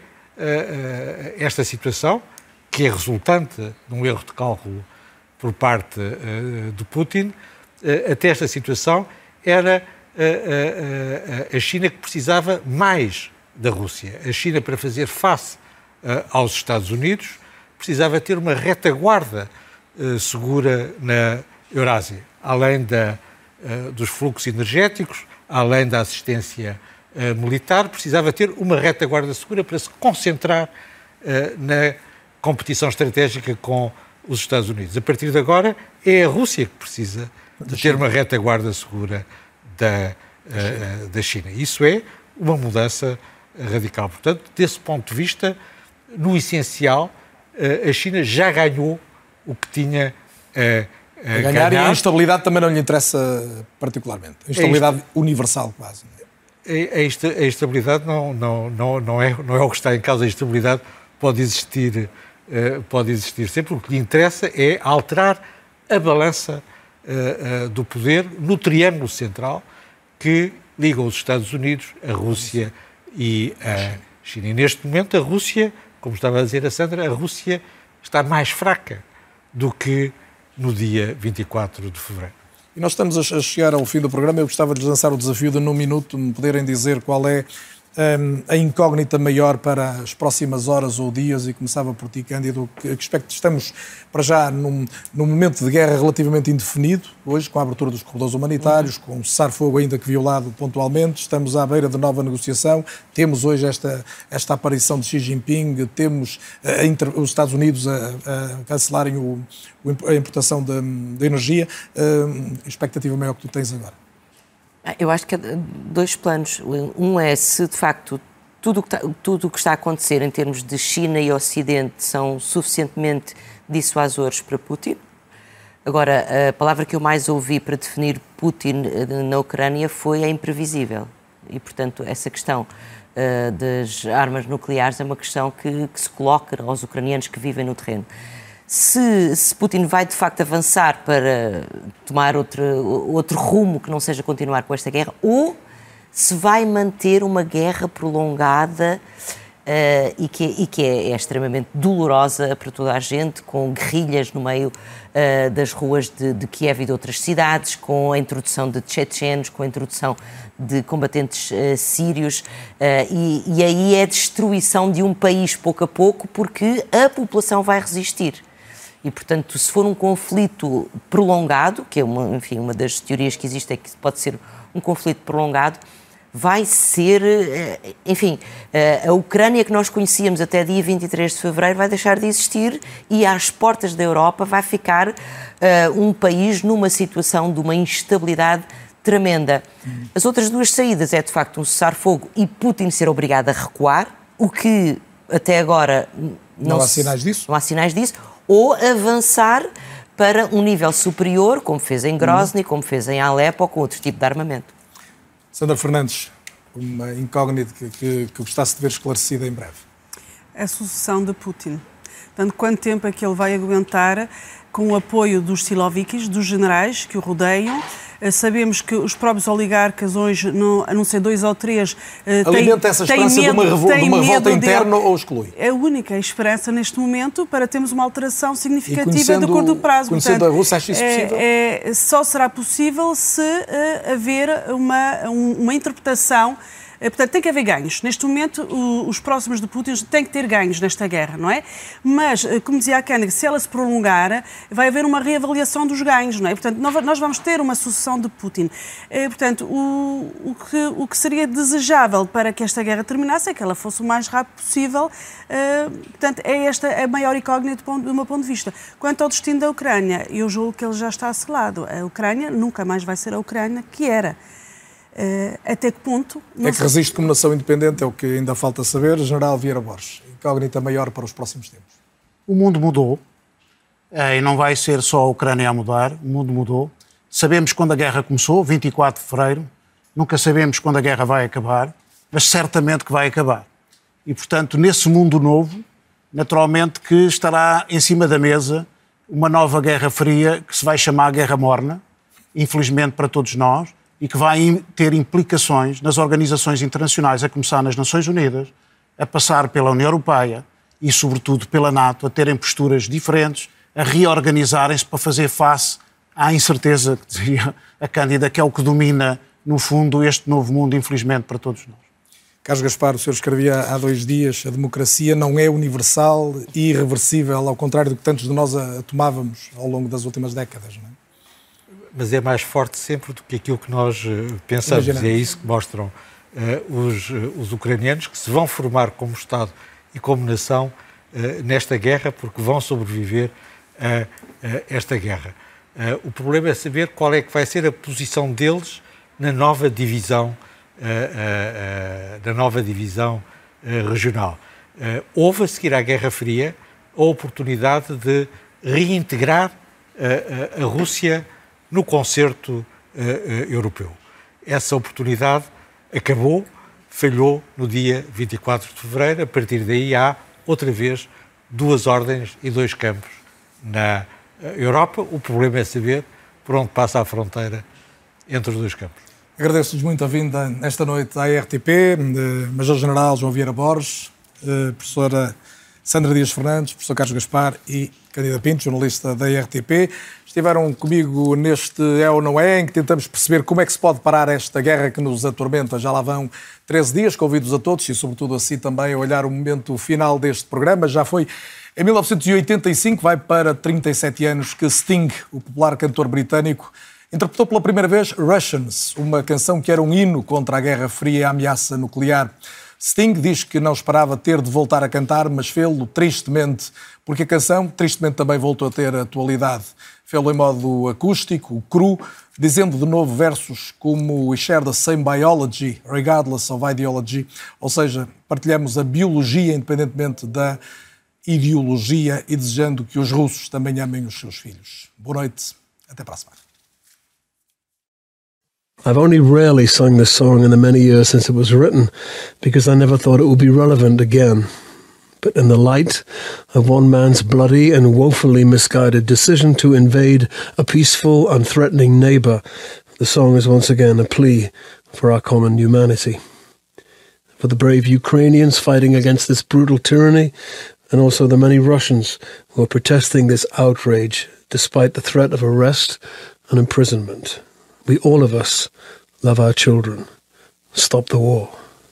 Speaker 7: esta situação, que é resultante de um erro de cálculo por parte de Putin, até esta situação era a China que precisava mais da Rússia. A China, para fazer face aos Estados Unidos, precisava ter uma retaguarda segura na Eurásia, além dos fluxos energéticos, além da assistência militar, precisava ter uma retaguarda segura para se concentrar na competição estratégica com os Estados Unidos. A partir de agora, é a Rússia que precisa de ter uma retaguarda segura da China. Isso é uma mudança radical. Portanto, desse ponto de vista, no essencial, a China já ganhou o que tinha a
Speaker 2: ganhar. E a instabilidade também não lhe interessa particularmente. A instabilidade universal, quase.
Speaker 7: A instabilidade não é o que está em causa. A instabilidade pode existir sempre. O que lhe interessa é alterar a balança do poder no triângulo central que liga os Estados Unidos, a Rússia e a China. E neste momento a Rússia, como estava a dizer a Sandra, a Rússia está mais fraca do que no dia 24 de fevereiro.
Speaker 2: E nós estamos a chegar ao fim do programa. Eu gostava de lhes lançar o desafio de, num minuto, me poderem dizer qual é a incógnita maior para as próximas horas ou dias, e começava por ti, Cândido. Que aspecto estamos, para já, num momento de guerra relativamente indefinido, hoje, com a abertura dos corredores humanitários, com um cessar-fogo ainda que violado pontualmente, estamos à beira de nova negociação, temos hoje esta aparição de Xi Jinping, temos os Estados Unidos a cancelarem a importação de energia. A expectativa maior que tu tens agora?
Speaker 5: Eu acho que há dois planos. Um é se, de facto, tudo o que está a acontecer em termos de China e Ocidente são suficientemente dissuasores para Putin. Agora, a palavra que eu mais ouvi para definir Putin na Ucrânia foi a imprevisível. E, portanto, essa questão das armas nucleares é uma questão que se coloca aos ucranianos que vivem no terreno. Se Putin vai, de facto, avançar para tomar outro rumo que não seja continuar com esta guerra, ou se vai manter uma guerra prolongada e que é extremamente dolorosa para toda a gente, com guerrilhas no meio das ruas de Kiev e de outras cidades, com a introdução de chechenos, com a introdução de combatentes sírios, e aí é a destruição de um país pouco a pouco, porque a população vai resistir. E, portanto, se for um conflito prolongado, que é uma das teorias que existe, é que pode ser um conflito prolongado, vai ser, a Ucrânia que nós conhecíamos até dia 23 de fevereiro vai deixar de existir, e às portas da Europa vai ficar um país numa situação de uma instabilidade tremenda. As outras duas saídas é, de facto, um cessar-fogo e Putin ser obrigado a recuar, o que até agora
Speaker 2: não há sinais disso.
Speaker 5: Não há sinais disso. Ou avançar para um nível superior, como fez em Grozny, como fez em Alepo, ou com outro tipo de armamento.
Speaker 2: Sandra Fernandes, uma incógnita que gostasse de ver esclarecida em breve.
Speaker 8: A sucessão de Putin. Portanto, quanto tempo é que ele vai aguentar com o apoio dos silovikis, dos generais que o rodeiam? Sabemos que os próprios oligarcas hoje, a não ser 2 ou 3,
Speaker 2: alimenta essa esperança de uma revolta interna ou exclui?
Speaker 8: É a única esperança neste momento para termos uma alteração significativa de curto prazo.
Speaker 2: Conhecendo
Speaker 8: portanto,
Speaker 2: a Rússia, acha isso possível?
Speaker 8: Só será possível se haver uma interpretação. Portanto, tem que haver ganhos. Neste momento, os próximos de Putin têm que ter ganhos nesta guerra, não é? Mas, como dizia a Koenig, se ela se prolongar, vai haver uma reavaliação dos ganhos, não é? Portanto, nós vamos ter uma sucessão de Putin. Portanto, o que seria desejável para que esta guerra terminasse é que ela fosse o mais rápido possível. Portanto, é esta a maior incógnita do meu ponto de vista. Quanto ao destino da Ucrânia, eu julgo que ele já está selado. A Ucrânia nunca mais vai ser a Ucrânia que era. Até que ponto...
Speaker 2: É que resiste como nação independente, é o que ainda falta saber. General Vieira Borges, incógnita maior para os próximos tempos.
Speaker 6: O mundo mudou, e não vai ser só a Ucrânia a mudar, o mundo mudou. Sabemos quando a guerra começou, 24 de fevereiro, nunca sabemos quando a guerra vai acabar, mas certamente que vai acabar. E, portanto, nesse mundo novo, naturalmente que estará em cima da mesa uma nova Guerra Fria, que se vai chamar Guerra Morna, infelizmente para todos nós, e que vai ter implicações nas organizações internacionais, a começar nas Nações Unidas, a passar pela União Europeia e, sobretudo, pela NATO, a terem posturas diferentes, a reorganizarem-se para fazer face à incerteza, que dizia a Cândida, que é o que domina, no fundo, este novo mundo, infelizmente, para todos nós.
Speaker 2: Carlos Gaspar, o senhor escrevia há 2 dias, a democracia não é universal e irreversível, ao contrário do que tantos de nós a tomávamos ao longo das últimas décadas, não é?
Speaker 7: Mas é mais forte sempre do que aquilo que nós pensamos. E é isso que mostram os ucranianos, que se vão formar como Estado e como nação nesta guerra, porque vão sobreviver a esta guerra. O problema é saber qual é que vai ser a posição deles na nova divisão, regional. Houve, a seguir à Guerra Fria, a oportunidade de reintegrar a Rússia no concerto europeu. Essa oportunidade acabou, falhou no dia 24 de fevereiro. A partir daí há, outra vez, 2 ordens e 2 campos na Europa. O problema é saber por onde passa a fronteira entre os 2 campos.
Speaker 2: Agradeço-lhes muito a vinda nesta noite à RTP, Major-General João Vieira Borges, professora Sandra Dias Fernandes, professor Carlos Gaspar e Cândida Pinto, jornalista da RTP. Estiveram comigo neste É ou Não É, em que tentamos perceber como é que se pode parar esta guerra que nos atormenta. Já lá vão 13 dias, convido-os a todos e, sobretudo, a si também a olhar o momento final deste programa. Já foi em 1985, vai para 37 anos, que Sting, o popular cantor britânico, interpretou pela primeira vez Russians, uma canção que era um hino contra a Guerra Fria e a ameaça nuclear. Sting diz que não esperava ter de voltar a cantar, mas fê-lo tristemente, porque a canção tristemente também voltou a ter atualidade. Fê-lo em modo acústico, cru, dizendo de novo versos como "We share the same biology, regardless of ideology", ou seja, partilhamos a biologia independentemente da ideologia e desejando que os russos também amem os seus filhos. Boa noite, até para a semana.
Speaker 11: I've only rarely sung this song in the many years since it was written because I never thought it would be relevant again. But in the light of one man's bloody and woefully misguided decision to invade a peaceful and threatening neighbour, the song is once again a plea for our common humanity. For the brave Ukrainians fighting against this brutal tyranny, and also the many Russians who are protesting this outrage despite the threat of arrest and imprisonment. We, all of us, love our children. Stop the war.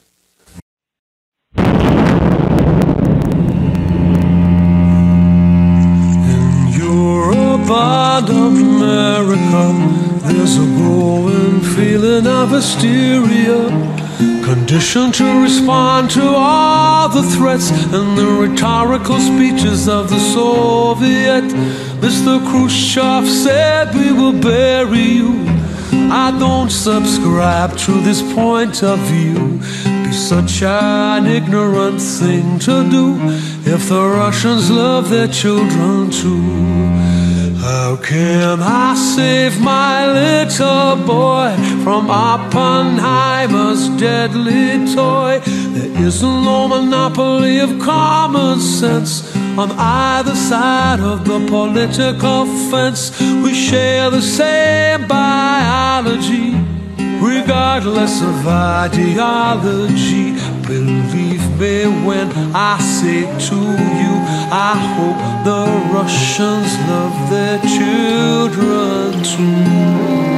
Speaker 12: In Europe and America, there's a growing feeling of hysteria, conditioned to respond to all the threats and the rhetorical speeches of the Soviet. Mr. Khrushchev said we will bury you. I don't subscribe to this point of view. Be such an ignorant thing to do if the Russians love their children too. How can I save my little boy from Oppenheimer's deadly toy? There isn't no monopoly of common sense on either side of the political fence. We share the same biology, regardless of ideology. Believe me when I say to you, I hope the Russians love their children too.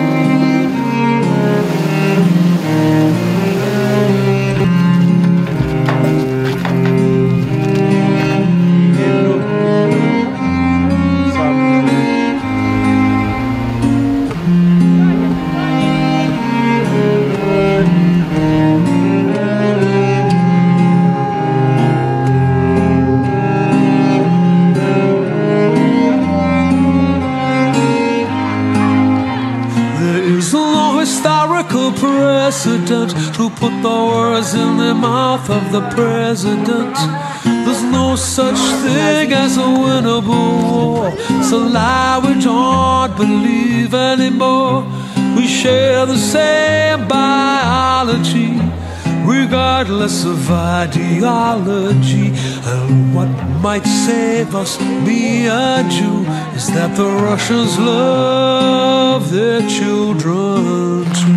Speaker 12: Precedent to put the words in the mouth of the president. There's no such thing as a winnable war. It's a lie we don't believe anymore. We share the same biology, regardless of ideology. And what might save us, me and you, is that the Russians love their children too.